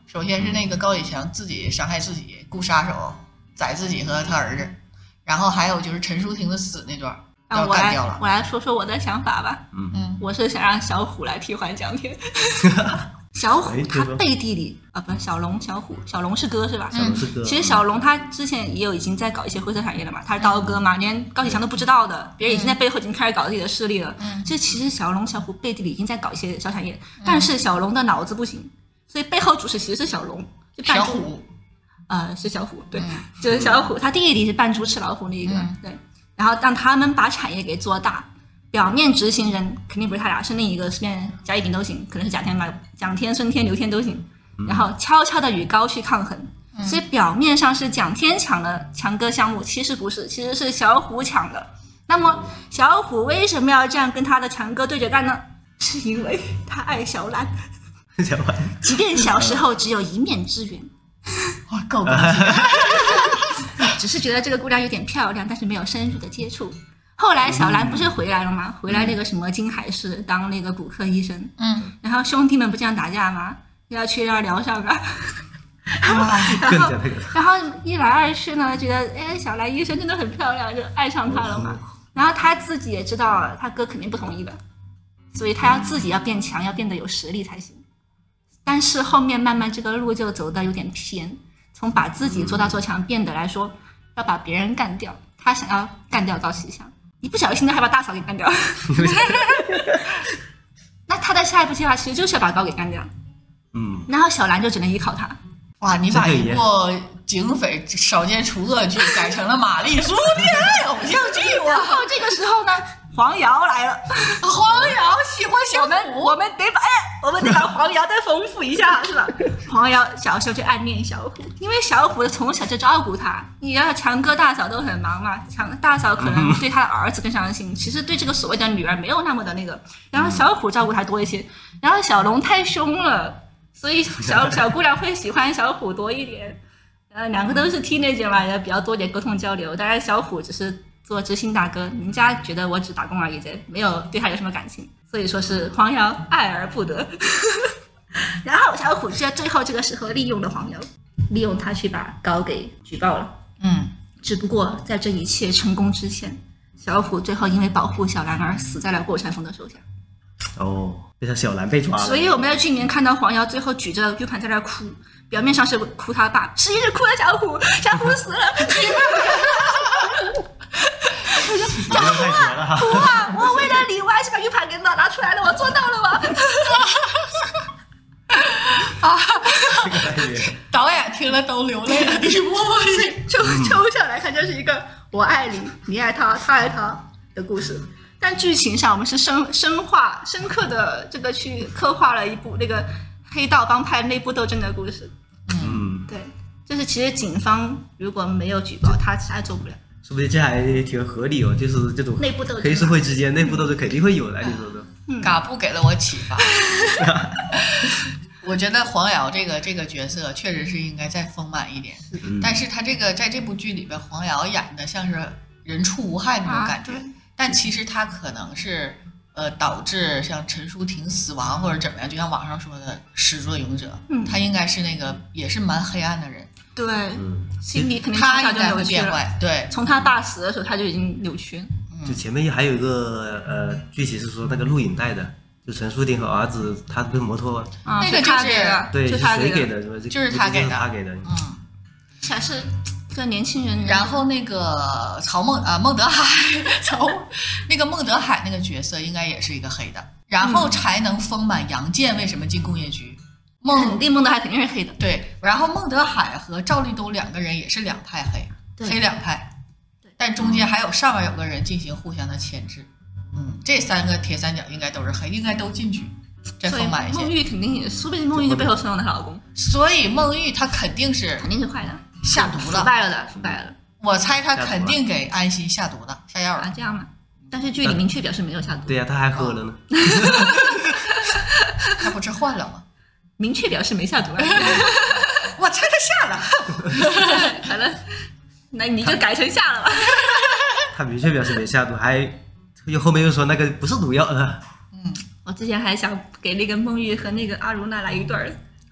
首先是那个高启强自己伤害自己，雇杀手宰自己和他儿子，然后还有就是陈淑婷的死那段要干掉了。 我来说说我的想法吧。我是想让小虎来替换蒋天。小虎他背地里不是小龙是哥是吧？ 小龙是哥。 其实小龙他之前也有已经在搞一些灰色产业了嘛，他是刀哥嘛，连高启强都不知道的，别人已经在背后已经开始搞自己的势力了。其实小虎背地里已经在搞一些小产业，但是小龙的脑子不行，所以背后主使其实是小龙，就小虎。 是小虎，对，就是小虎，他弟弟是扮猪吃老虎那一个，对，然后让他们把产业给做大。表面执行人肯定不是他俩，是另一个，随便甲乙丙都行，可能是蒋天、孙天、刘天都行。然后悄悄的与高去抗衡，所以表面上是蒋天抢了强哥项目，其实不是，其实是小虎抢的。那么小虎为什么要这样跟他的强哥对着干呢？是因为他爱小兰，即便小时候只有一面之缘。 哇，够高兴！ 只是觉得这个姑娘有点漂亮，但是没有深入的接触。后来小兰不是回来了吗？回来那个什么金海市当那个骨科医生。然后兄弟们不这样打架吗？要去那儿聊上啊。然后一来二去呢，觉得小兰医生真的很漂亮，就爱上她了嘛。然后他自己也知道他哥肯定不同意的，所以他要自己要变强，要变得有实力才行。但是后面慢慢这个路就走得有点偏，从把自己做大做强变得来说，要把别人干掉。他想要干掉高启强，一不小心呢还把大嫂给干掉。那他的下一步计划其实就是要把高给干掉。然后小兰就只能依靠他。 哇，你把一部警匪少见除恶剧改成了玛丽苏恋爱偶像剧。 然后这个时候呢，黄瑶来了。 黄瑶喜欢小虎， 我们得把黄瑶再丰富一下，是吧？黄瑶小时候就暗恋小虎，因为小虎从小就照顾他。你要强哥大嫂都很忙嘛，大嫂可能对他的儿子更上心，其实对这个所谓的女儿没有那么的那个。然后小虎照顾他多一些，然后小龙太凶了，所以小姑娘会喜欢小虎多一点。两个都是 teenager 嘛，也比较多点沟通交流。当然小虎只是做知心大哥，人家觉得我只打工而已，没有对他有什么感情，所以说是黄瑶爱而不得。然后小虎在最后这个时候利用了黄瑶，利用他去把高给举报了。只不过在这一切成功之前，小虎最后因为保护小兰而死在了郭传峰的手下。 被他小兰被抓了。 所以我们在剧里面看到黄瑶最后举着 U 盘在那哭，表面上是哭他爸，实际是哭了小虎死了。哭啊！我为了你，我还是把 U 盘给拿出来了，我做到了吗？ 导演听了都流泪了。 抽象来看，就是一个我爱你，你爱他，他爱他的故事。但剧情上，我们是深刻的这个去刻画了一部那个黑道帮派内部斗争的故事。对，就是其实警方如果没有举报，他啥也做不了。 说不定这还挺合理哦，就是这种内部斗争， 黑社会之间内部斗争肯定会有的，你说的。 嘎布给了我启发。我觉得黄瑶这个角色确实是应该再丰满一点，但是他在这部剧里边，黄瑶演的像是人畜无害那种感觉。但其实他可能是导致像陈淑婷死亡或者怎么样，就像网上说的始作俑者。他应该是那个也是蛮黑暗的人。 对，心里肯定他应该会变坏。对， 从他爸死的时候他就已经扭曲。 就前面还有一个剧情是说那个录影带的，就陈淑婷和儿子他的摩托， 那个就是对， 是谁给的？ 就是他给的。 还是一个年轻人。 然后那个孟德海孟德海那个角色应该也是一个黑的，然后才能丰满杨健为什么进工业局。 孟德海肯定是黑的。 对，然后孟德海和赵立东两个人也是两派黑两派，但中间还有上面有个人进行互相的牵制。这三个铁三角应该都是黑，应该都进局。再丰满一些。 孟玉肯定也，说不定孟玉就背后怂恿她老公。 所以孟玉她肯定是坏的。 下毒了， 腐败了。 我猜他肯定给安心下毒了，下药了。 这样吗？但是剧里明确表示没有下毒。 对呀，他还喝了呢。 他不是换了吗？ 明确表示没下毒。 我猜他下了。 好了，那你就改成下了吧。 他明确表示没下毒，后面又说那个不是毒药。 我之前还想给那个孟玉和那个阿如那来一段，后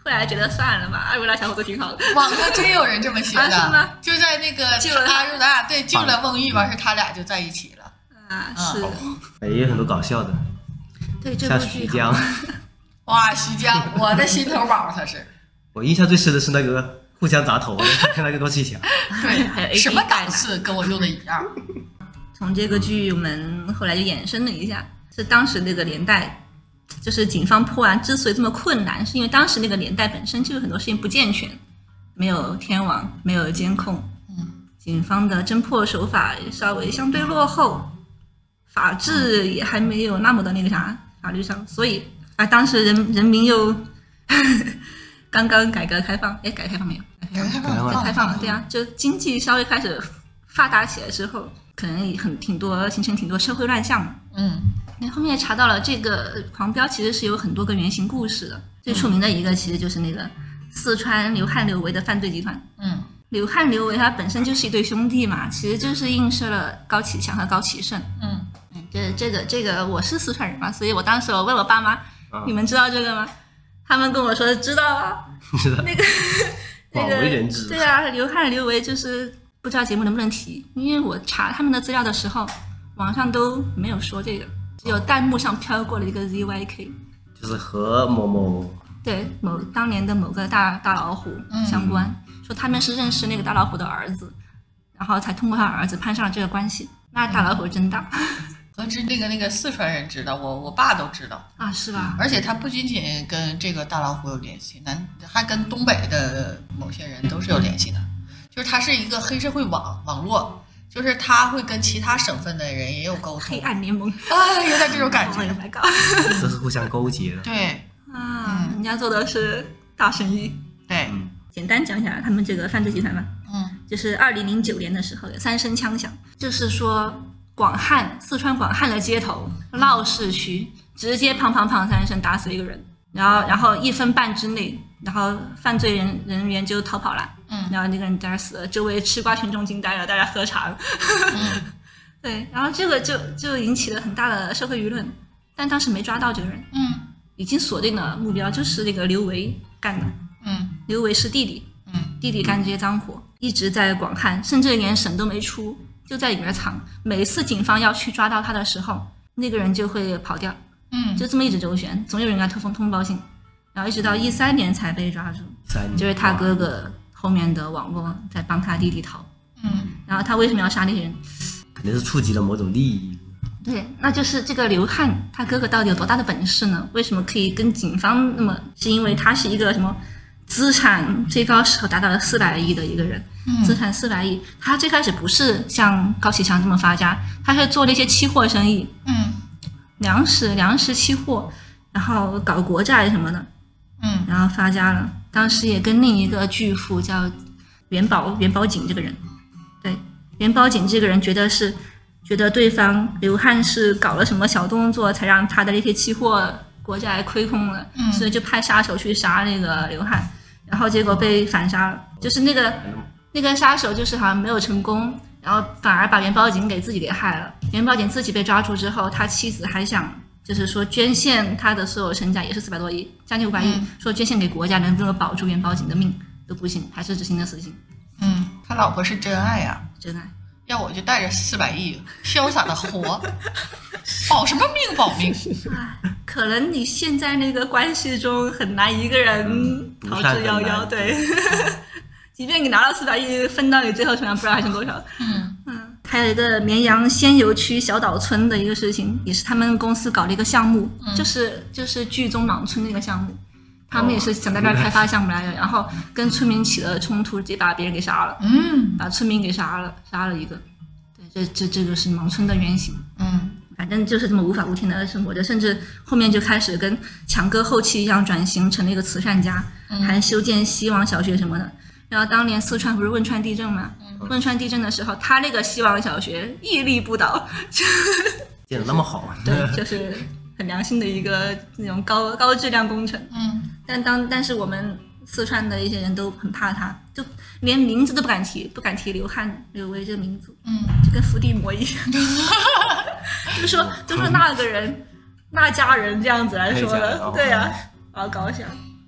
后来觉得算了吧，二维码小伙子挺好的。 网上真有人这么写的， 是吗？ 就在那个救了他，对，救了孟玉嘛，是他俩就在一起了。 是的， 也有很多搞笑的， 对这像部剧徐江， 哇，徐江，我的心头宝，他是。 我印象最深的是那个互相砸头的，看那个多气强。 对， 还有 AD 什么档次跟我用的一样。 从这个剧我们后来就衍生了一下，是当时那个年代，就是警方破案之所以这么困难，是因为当时那个年代本身就有很多事情不健全，没有天网，没有监控，警方的侦破手法也稍微相对落后，法治也还没有那么的那个啥，法律上，所以当时人民又刚刚改革开放，改革开放没有？改革开放了，对啊，就经济稍微开始发达起来之后，可能形成挺多社会乱象。那后面也查到了，这个狂飙其实是有很多个原型故事的，最出名的一个其实就是那个四川刘汉刘维的犯罪集团。刘汉刘维他本身就是一对兄弟嘛，其实就是映射了高启强和高启盛。这个我是四川人嘛，所以我当时我问我爸妈，你们知道这个吗？他们跟我说知道啊， 知道那个广为人知。 对啊，刘汉刘维就是不知道节目能不能提，因为我查他们的资料的时候，网上都没有说这个，只有弹幕上飘过了一个 ZYK， 就是和某某对当年的某个大老虎相关，说他们是认识那个大老虎的儿子，然后才通过他儿子攀上了这个关系。那大老虎真大。 何止那个四川人知道，我爸都知道啊，是吧？ 而且他不仅仅跟这个大老虎有联系，还跟东北的某些人都是有联系的。就是他是一个黑社会网络，就是他会跟其他省份的人也有沟通。 黑暗联盟， 有点这种感觉。 都是互相勾结的。 对人家做的是大生意。 对， 简单讲一下他们这个犯罪集团吧。就是2009年的时候有3声枪响，就是说四川广汉的街头闹市区，直接砰砰砰3声打死一个人，然后1分半之内，然后犯罪人员就逃跑了，然后那个人在那死了，周围吃瓜群众惊呆了，大家喝茶了。对，然后这个就引起了很大的社会舆论，但当时没抓到这个人，已经锁定了目标，就是那个刘维干的，刘维是弟弟，弟弟干这些脏活，一直在广汉，甚至连省都没出，就在里面藏。每次警方要去抓到他的时候，那个人就会跑掉，就这么一直周旋，总有人来通报信，然后一直到13年才被抓住，就是他哥哥后面的网络在帮他弟弟逃，然后他为什么要杀那些人？ 肯定是触及了某种利益。 对，那就是这个刘汉他哥哥到底有多大的本事呢？为什么可以跟警方那么？是因为他是一个什么资产最高时候达到了400亿的一个人，资产400亿。他最开始不是像高启强这么发家，他是做那些期货生意，粮食期货，然后搞国债什么的，然后发家了。当时也跟另一个巨富叫元宝景这个人，对，元宝景这个人觉得对方刘汉是搞了什么小动作，才让他的那些期货国债亏空了，所以就派杀手去杀那个刘汉，然后结果被反杀了，就是那个杀手就是好像没有成功，然后反而把元宝景自己给害了。元宝景自己被抓住之后，他妻子还想就是说捐献他的所有身家，也是400多亿，将近500亿，说捐献给国家，能不能保住元宝景的命都不行，还是执行了死刑。 他老婆是真爱呀， 真爱。 要我就带着400亿潇洒的活，保什么命保命？ 可能你现在那个关系中很难一个人逃之夭夭，对。即便你拿到400亿分到你最后手上，不知道还剩多少。还有一个绵阳仙游区小岛村的一个事情，也是他们公司搞了一个项目，就是剧中莽村那个项目。他们也是想在这儿开发项目来的，然后跟村民起了冲突，直接把别人给杀了，把村民给杀了一个。对，这个是莽村的原型。反正就是这么无法无天的生活着，甚至后面就开始跟强哥后期一样转型成了一个慈善家，还修建希望小学什么的。然后当年四川不是汶川地震嘛，汶川地震的时候，他那个希望小学屹立不倒， 建得那么好。 对，就是很良心的一个那种高质量工程。但是我们四川的一些人都很怕他，就连名字都不敢提刘汉刘维这个名字，就跟伏地魔一样，就说那个人那家人这样子来说的，对呀，好搞笑。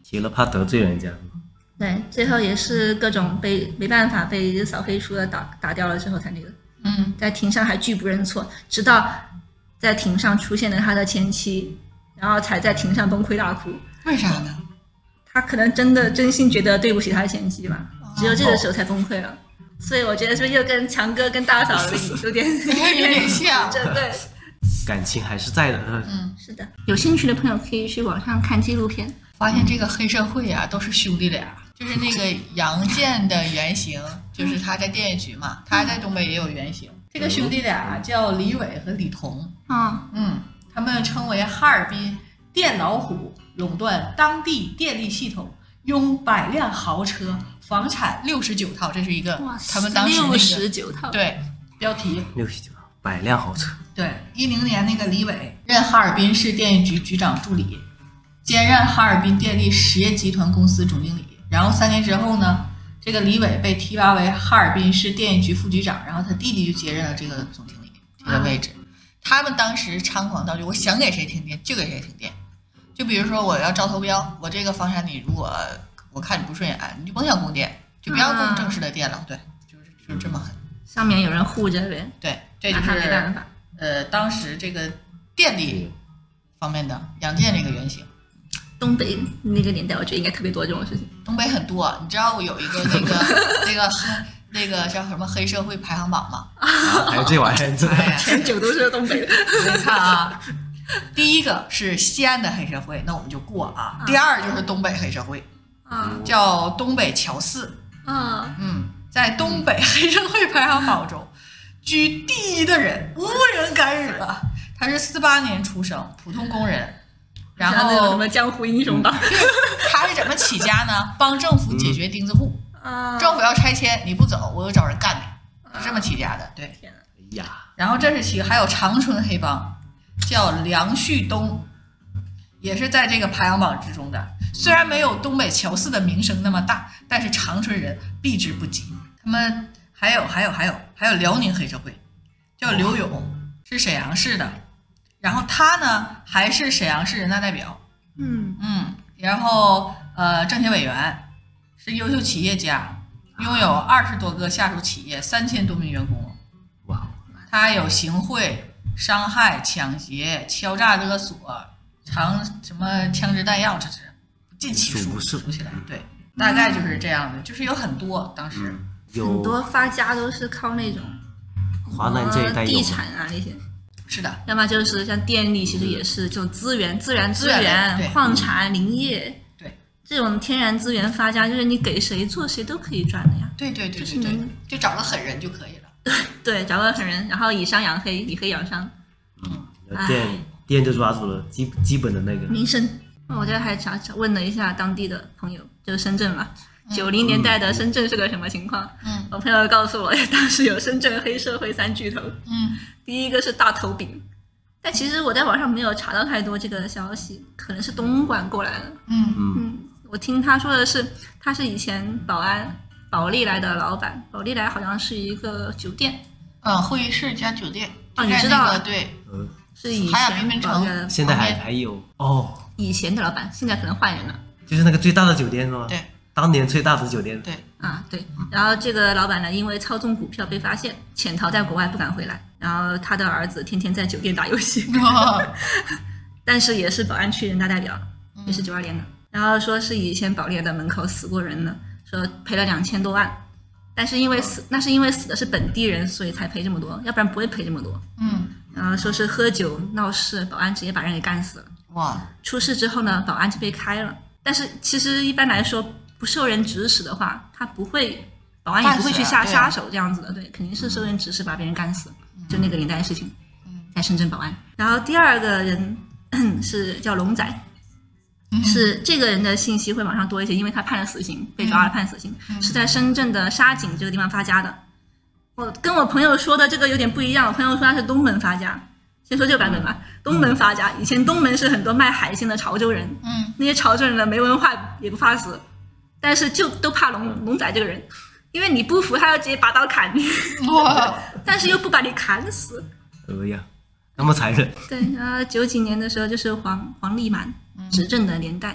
提了怕得罪人家。 对，最后也是各种没办法被扫黑除恶打掉了之后才那个。在庭上还拒不认错，直到在庭上出现了他的前妻，然后才在庭上崩溃大哭。 为啥呢？ 他可能真心觉得对不起他的前妻吧，只有这个时候才崩溃了。所以我觉得是不是又跟强哥跟大嫂有点像？ 对， 感情还是在的。 是的。有兴趣的朋友可以去网上看纪录片， 发现这个黑社会啊都是兄弟俩。就是那个杨建的原型，就是他在电视局嘛，他在东北也有原型。这个兄弟俩叫李伟和李彤。他们称为哈尔滨电老虎，垄断当地电力系统，拥百辆豪车，房产69套。这是一个他们当时 69套。 对，标题 69套，百辆豪车。 对，10年那个李伟任哈尔滨市电力局局长助理，兼任哈尔滨电力实业集团公司总经理。然后3年之后呢，这个李伟被提拔为哈尔滨市电力局副局长，然后他弟弟就接任了这个总经理这个位置。他们当时猖狂到就我想给谁停电就给谁停电，就比如说我要招投标，我这个房产你如果我看你不顺眼，你就甭想供电，就不要供正式的电了。对，就是这么狠。 上面有人护着呗。 对，这就是没办法。 当时这个电力方面的杨建这个原型。 东北那个年代，我觉得应该特别多这种事情。 东北很多，你知道我有一个那个叫什么黑社会排行榜吗？ 还有这玩意儿， 前9都是东北的。 你看啊，第一个是西安的黑社会，那我们就过啊。第二就是东北黑社会，叫东北乔四。在东北黑社会排行榜中，居第1的人无人敢惹。他是48年出生，普通工人。然后什么江湖英雄榜？ 他是怎么起家呢？帮政府解决钉子户。政府要拆迁，你不走，我就找人干你，是这么起家的。对。 哎呀。 然后这是其还有长春黑帮，叫梁旭东，也是在这个排行榜之中的。虽然没有东北乔四的名声那么大，但是长春人避之不及。他们还有辽宁黑社会，叫刘勇，是沈阳市的。然后他呢还是沈阳市人大代表，然后政协委员，是优秀企业家，拥有20多个下属企业，3000多名员工。 哇！ 他有行贿、伤害、抢劫、敲诈勒索、什么枪支弹药，这是尽其数数起来。对，大概就是这样的，就是有很多当时很多发家都是靠那种华南这一带地产啊那些。 是的， 要么就是像电力，其实也是这种资源、矿产、林业， 对这种天然资源发家，就是你给谁做谁都可以赚的呀。 对，就找个狠人就可以了。 对，找个狠人，然后以商养黑，以黑养商。 电就抓住了基本的那个民生。我这还问了一下当地的朋友，就是深圳嘛。90年代的深圳是个什么情况？我朋友告诉我，当时有深圳黑社会3巨头。第一个是大头饼，但其实我在网上没有查到太多这个消息，可能是东莞过来的。我听他说的是，他是以前保利来的老板，保利来好像是一个酒店， 会议室加酒店。 你知道？ 对， 是以海滨名城， 现在还有哦。 以前的老板，现在可能换人了。 就是那个最大的酒店是吗？ 对。 当年最大的酒店。 对对，然后这个老板呢，因为操纵股票被发现，潜逃在国外不敢回来，然后他的儿子天天在酒店打游戏，但是也是宝安区人大代表，也是92年的。然后说是以前保利的门口死过人呢，说赔了2000多万，但是因为死的是本地人，所以才赔这么多，要不然不会赔这么多。然后说是喝酒闹事，保安直接把人给干死了。 哇！ 出事之后呢，保安就被开了，但是其实一般来说，不受人指使的话，保安也不会去下手这样子的，对，肯定是受人指使把别人干死，就那个年代的事情，在深圳保安。然后第二个人是叫龙仔，是这个人的信息会往上多一些，因为他判了死刑，被抓了判死刑，是在深圳的沙井这个地方发家的。我跟我朋友说的这个有点不一样，我朋友说他是东门发家。先说这个版本吧，东门发家，以前东门是很多卖海鲜的潮州人，那些潮州人呢没文化也不怕死，但是就都怕龙仔这个人，因为你不服他要直接拔刀砍你，但是又不把你砍死。 呀，那么残忍。 对，然后90几年的时候就是黄立满执政的年代，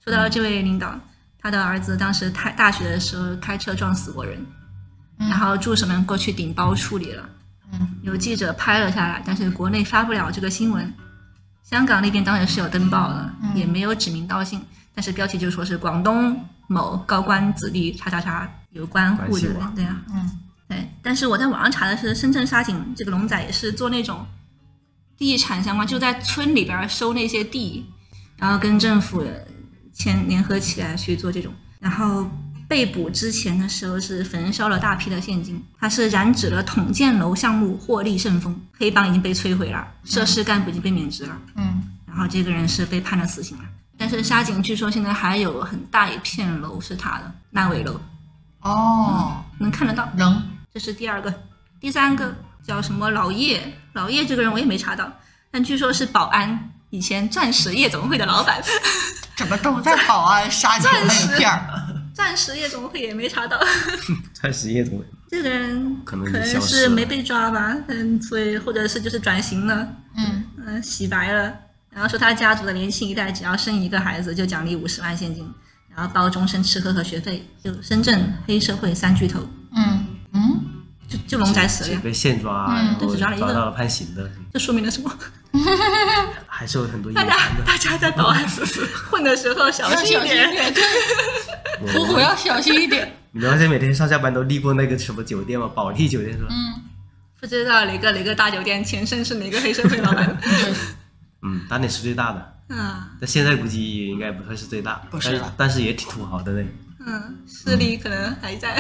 说到这位领导，他的儿子当时大学的时候开车撞死过人，然后助手们过去顶包处理了，有记者拍了下来，但是国内发不了这个新闻。香港那边当然是有登报的，也没有指名道姓，但是标题就说是广东某高官子弟叉叉叉有关户的人，对啊，对。但是我在网上查的是，深圳沙井这个龙仔也是做那种地产相关，就在村里边收那些地，然后跟政府联合起来去做这种。然后被捕之前的时候是焚烧了大批的现金，他是染指了统建楼项目获利甚丰，黑帮已经被摧毁了，涉事干部已经被免职了，然后这个人是被判了死刑了。但是沙井据说现在还有很大一片楼是他的烂尾楼，能看得到。这是第二个。第三个叫什么老叶，老叶这个人我也没查到，但据说是宝安，以前钻石夜总会的老板。 怎么都在宝安沙井那片儿？ 钻石夜总会也没查到。 钻石夜总会这个人可能是是没被抓吧，所以或者是就是转型了，洗白了。然后说他家族的年轻一代只要生一个孩子就奖励50万现金，然后包终身吃喝和学费，就深圳黑社会3巨头。就龙仔死了呀， 被现抓，然后抓到了判刑的。 这说明了什么？ 还是有很多隐藏的。 大家在保安混的时候小心一点， 虎虎要小心一点。 你们每天上下班都历过那个什么酒店吗？保利酒店是吧？ 不知道哪个大酒店前身是哪个黑社会老板。 当年是最大的。但现在估计应该不会是最大， 不是了， 但是也挺土豪的那。 势力可能还在。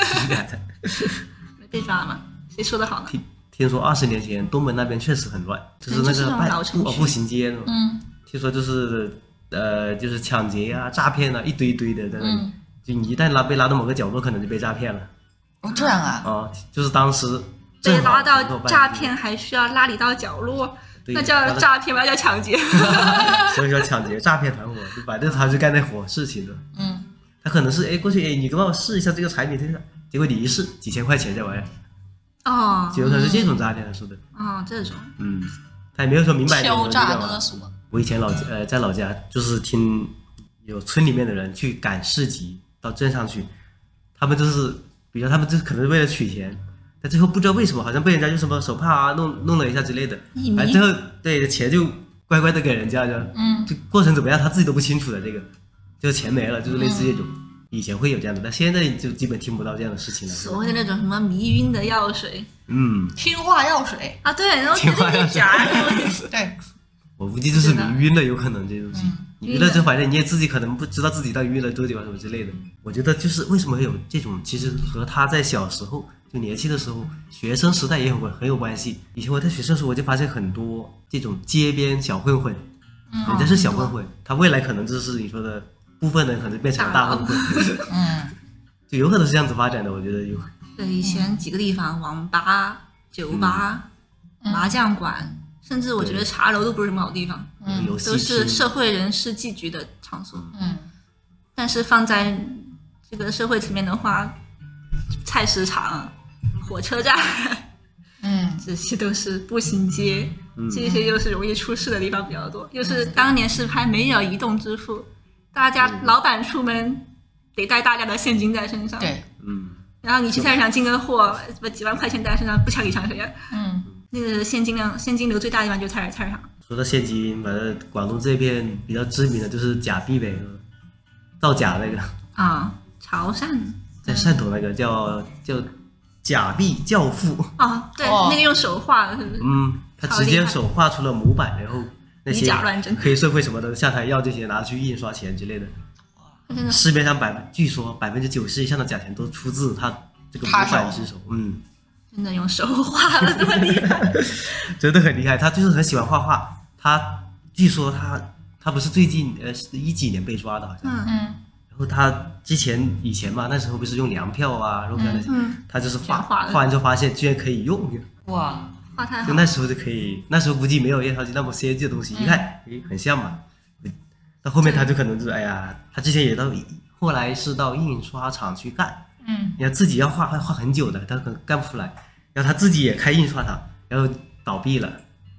没被抓吗？谁说的好呢？ 听说20年前东门那边确实很乱，就是那个步行街那种。听说就是抢劫啊、诈骗啊，一堆堆的在那里。就你一旦被拉到某个角落，可能就被诈骗了。 这样啊？ 就是当时被拉到诈骗，还需要拉你到角落，那叫诈骗吗？叫抢劫。 所以说抢劫诈骗团伙，反正他就干那伙事情的。他可能是过去你帮我试一下这个产品，结果你一试几千块钱这玩意儿。就有可能是这种诈骗的，说的。 这种。 他也没有说明白。 敲诈勒索。 我以前在老家，就是听有村里面的人去赶市集到镇上去，他们就是他们可能是为了取钱，但最后不知道为什么，好像被人家用什么手帕啊弄了一下之类的，最后对钱就乖乖的给人家，就过程怎么样他自己都不清楚的，这个就钱没了，就是类似这种。以前会有这样的，但现在就基本听不到这样的事情了。 所谓的那种什么迷晕的药水， 听话药水啊，对，然后听话药水， 对， 我估计就是你晕了，有可能这东西，你晕了之后，反正你也自己可能不知道自己到底晕了多久啊什么之类的。我觉得就是为什么会有这种，其实和他在小时候就年轻的时候，学生时代也很有关系。以前我在学生时候，我就发现很多这种街边小混混，人家是小混混，他未来可能就是你说的。部分人可能变成大混混，就有可能是这样子发展的，我觉得有。 对，以前几个地方，网吧、酒吧、麻将馆，甚至我觉得茶楼都不是什么好地方，都是社会人士聚集的场所。但是放在这个社会层面的话，菜市场、火车站，这些都是步行街，这些又是容易出事的地方比较多。又是当年是还没有移动支付。大家老板出门得带大量的现金在身上， 对， 然后你去菜市场进个货，几万块钱带身上，不抢你抢谁呀？那个现金流最大的地方就是菜市场。说到现金，反正广东这边比较知名的就是假币呗，造假那个潮汕在汕头那个叫假币教父对，那个用手画的，是不是？ 他直接手画出了模板，然后。那些黑社会什么的向他要这些，拿去印刷钱之类的。市面上据说90%以上的假钱都出自他这个模板之手。 真的用手画了这么厉害， 真的很厉害。他就是很喜欢画画。他据说他不是最近10几年被抓的，好像。然后他以前嘛，那时候不是用粮票啊、肉票那些，他就是画完之后发现居然可以用。 哇！ 就那时候就可以，那时候估计没有验钞机那么先进的东西，一看，很像嘛。到后面他就可能就是，他之前也后来是到印刷厂去干，你要自己要画很久的，他可能干不出来。然后他自己也开印刷厂，然后倒闭了，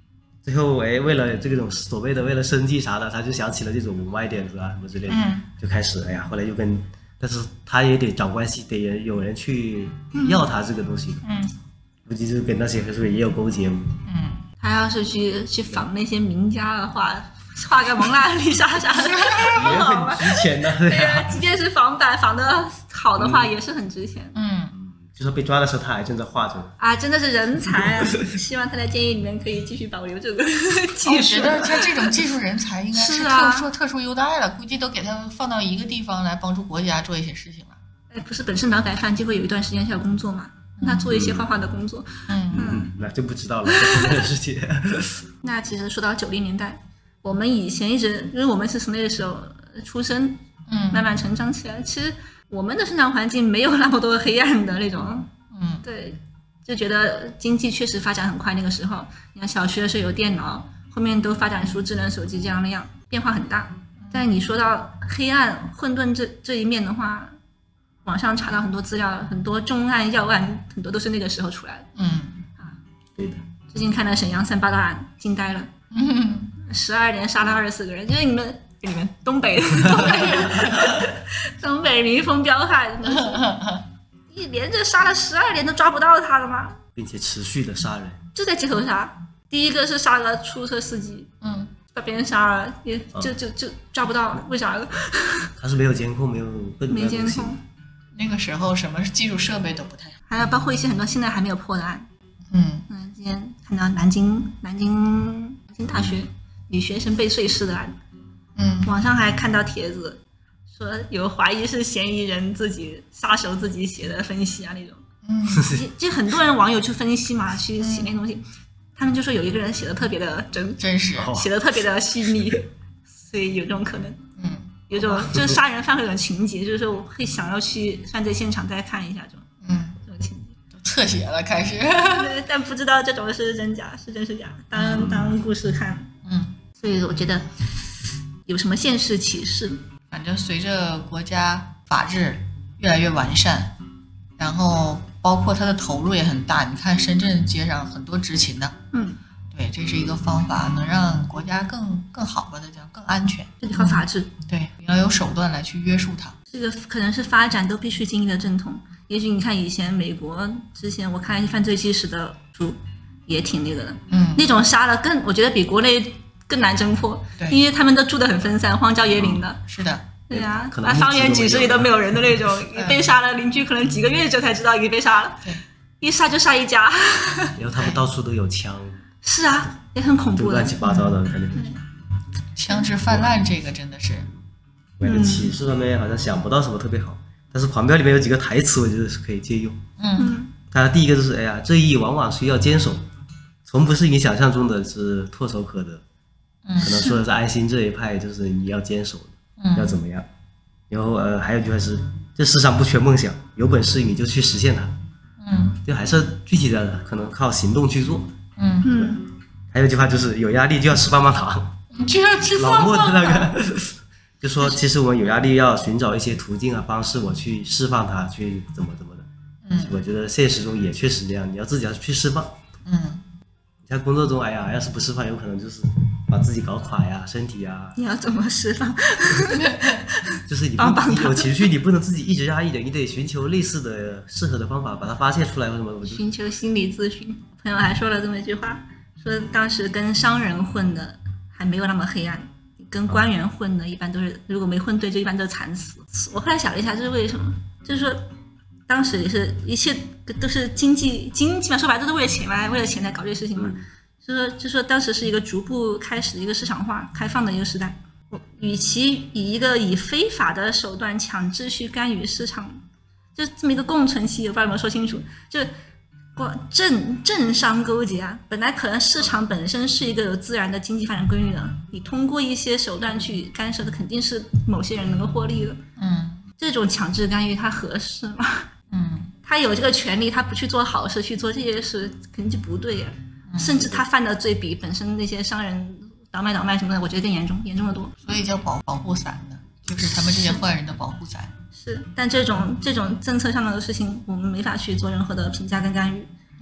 最后为了这种所谓的为了生计啥的，他就想起了这种歪点子啊什么之类的，就开始后来又但是他也得找关系，得有人去要他这个东西，估计就跟那些是不是也有勾结？ 他要是去仿那些名家的话，画个蒙娜丽莎啥的， 也很值钱的。对呀，即便是仿版仿的好的话，也是很值钱。 就说被抓的时候，他还正在画着啊，真的是人才啊！希望他在监狱里面可以继续保留这个技术。 我觉得他这种技术人才应该是特殊优待了，估计都给他放到一个地方来帮助国家做一些事情了。 不是本身劳改犯就会有一段时间是要工作嘛？那做一些画画的工作。 那就不知道了这方面的事情。 那其实说到90年代，我们以前一直，因为我们是从那个时候出生，慢慢成长起来，其实我们的生长环境没有那么多黑暗的那种，对，就觉得经济确实发展很快。那个时候，你看小学的时候有电脑，后面都发展出智能手机这样那样，变化很大。但你说到黑暗混沌这一面的话，网上查到很多资料，很多重案要案，很多都是那个时候出来的。 对的。 最近看了沈阳3·8大案，惊呆了。12年杀了24个人，就是你们东北人，东北民风彪悍，你连着杀了12年都抓不到他了吗？ 并且持续的杀人， 就在街头杀。第一个是杀了出租车司机，把别人杀了，也就抓不到，为啥呢？ 他是没有监控，没监控。 那个时候什么技术设备都不太好， 还有包括一些很多现在还没有破的案。今天看到南京大学女学生被碎尸的案，网上还看到帖子说有怀疑是嫌疑人杀手自己写的分析啊那种。就很多人网友去分析嘛，去写那东西，他们就说有一个人写的特别的真实， 写的特别的细腻，所以有这种可能。有种就是杀人犯会有种情节，就是说我会想要去犯罪现场再看一下这种情节。 特写了开始。 但不知道这种是真假，是真是假，当故事看。所以我觉得有什么现实启示？ 反正随着国家法治越来越完善，然后包括它的投入也很大。你看深圳街上很多执勤的，对，这是一个方法，能让国家更好吧的讲，更安全。 这靠法治， 对，你要有手段来去约束它。 这个可能是发展都必须经历的正统。也许你看以前美国之前我看一些犯罪纪实的书，也挺那个的，那种杀了我觉得比国内更难侦破，因为他们都住得很分散，荒郊野岭的。 是的。 对呀，方圆几十里都没有人的那种，被杀了，邻居可能几个月之后才知道已经被杀了，一杀就杀一家。 然后他们到处都有枪。 是啊，也很恐怖的， 乱七八糟的感觉。 枪支泛滥，这个真的是。 为了启示方面好像想不到什么特别好，但是《狂飙》里面有几个台词，我觉得是可以借用。他第一个就是正义往往需要坚守，从不是你想象中的是唾手可得。可能说的是安心这一派，就是你要坚守，要怎么样。然后还有一句话是：这世上不缺梦想，有本事你就去实现它。就还是具体的，可能靠行动去做。还有一句话就是有压力就要吃棒棒糖， 就要吃老莫的那个，就说其实我们有压力要寻找一些途径方式，我去释放它，去怎么的。我觉得现实中也确实这样，你要自己要去释放。你在工作中，要是不释放，有可能就是把自己搞垮呀，身体呀。 你要怎么释放？ 就是你有情绪，你不能自己一直压抑的，你得寻求类似的适合的方法，把它发泄出来或什么。 寻求心理咨询。朋友还说了这么一句话，说当时跟商人混的还没有那么黑暗，跟官员混的一般都是，如果没混对，就一般都是惨死。我后来想了一下，这是为什么？就是说，当时也是一切都是经济嘛，说白了都是为了钱嘛，为了钱来搞这些事情嘛。就说当时是一个逐步开始的一个市场化开放的一个时代。与其以非法的手段强制去干预市场，就这么一个共存期，我不知道有没有说清楚，就政商勾结啊，本来可能市场本身是一个有自然的经济发展规律的，你通过一些手段去干涉的，肯定是某些人能够获利的。这种强制干预它合适吗？他有这个权利，他不去做好事，去做这些事，肯定就不对呀。甚至他犯的罪比本身那些商人倒卖什么的，我觉得更严重的多。 所以叫保护伞的，就是他们这些坏人的保护伞。 是，但这种政策上的事情，我们没法去做任何的评价跟干预。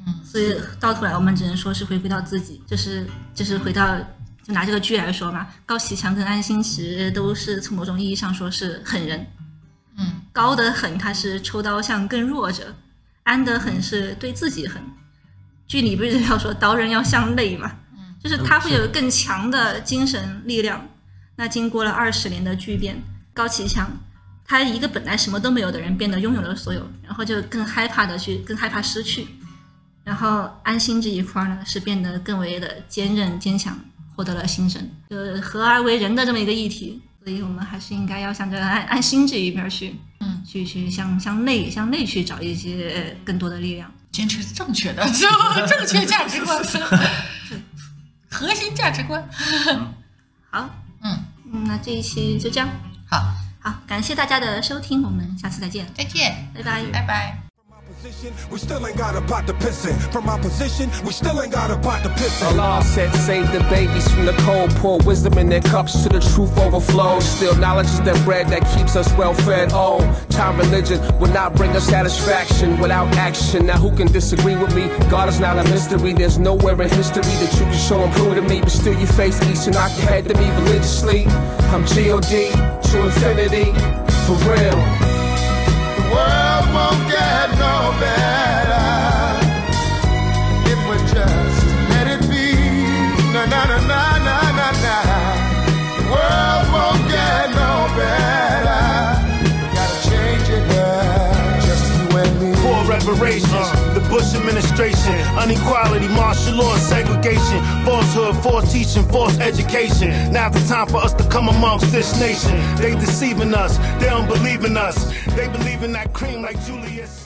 所以到头来我们只能说是回归到自己，就是回到，就拿这个剧来说嘛，高启强跟安心直都是从某种意义上说是狠人。高的狠他是抽刀向更弱者，安的狠是对自己狠。剧里不是要说刀刃要向内嘛，就是他会有更强的精神力量。那经过了20年的巨变，高启强他一个本来什么都没有的人变得拥有了所有，然后就更害怕失去。然后安心这一块呢，是变得更为的坚韧坚强，获得了新生，就合而为人的这么一个议题。所以我们还是应该要向着安心这一边去，去向内去找一些更多的力量， 坚持正确的正确价值观，核心价值观。 好，那这一期就这样。好，感谢大家的收听，我们下次再见。 再见， 拜拜， 拜拜。 We still ain't got a pot to piss in. From my position, we still ain't got a pot to piss in. Allah said, save the babies from the cold. Pour wisdom in their cups till the truth overflows. Still, knowledge is the bread that keeps us well fed. Oh, time religion will not bring us satisfaction without action. Now, who can disagree with me? God is not a mystery. There's nowhere in history that you can show and prove to me. But still, you face each and knock your head to me religiously. I'm G.O.D. to infinity. For real. The world won't get no better if we just let it be. Na na na na na na na. The world won't get no better. We gotta change it now, just you and me. Poor reparations, the Bush administration, unequality, martial law, segregation, falsehood, false teaching, false education. Now's the time for us to come amongst this nation. They deceiving us, they don't believe in us. They believe in that cream like Julius.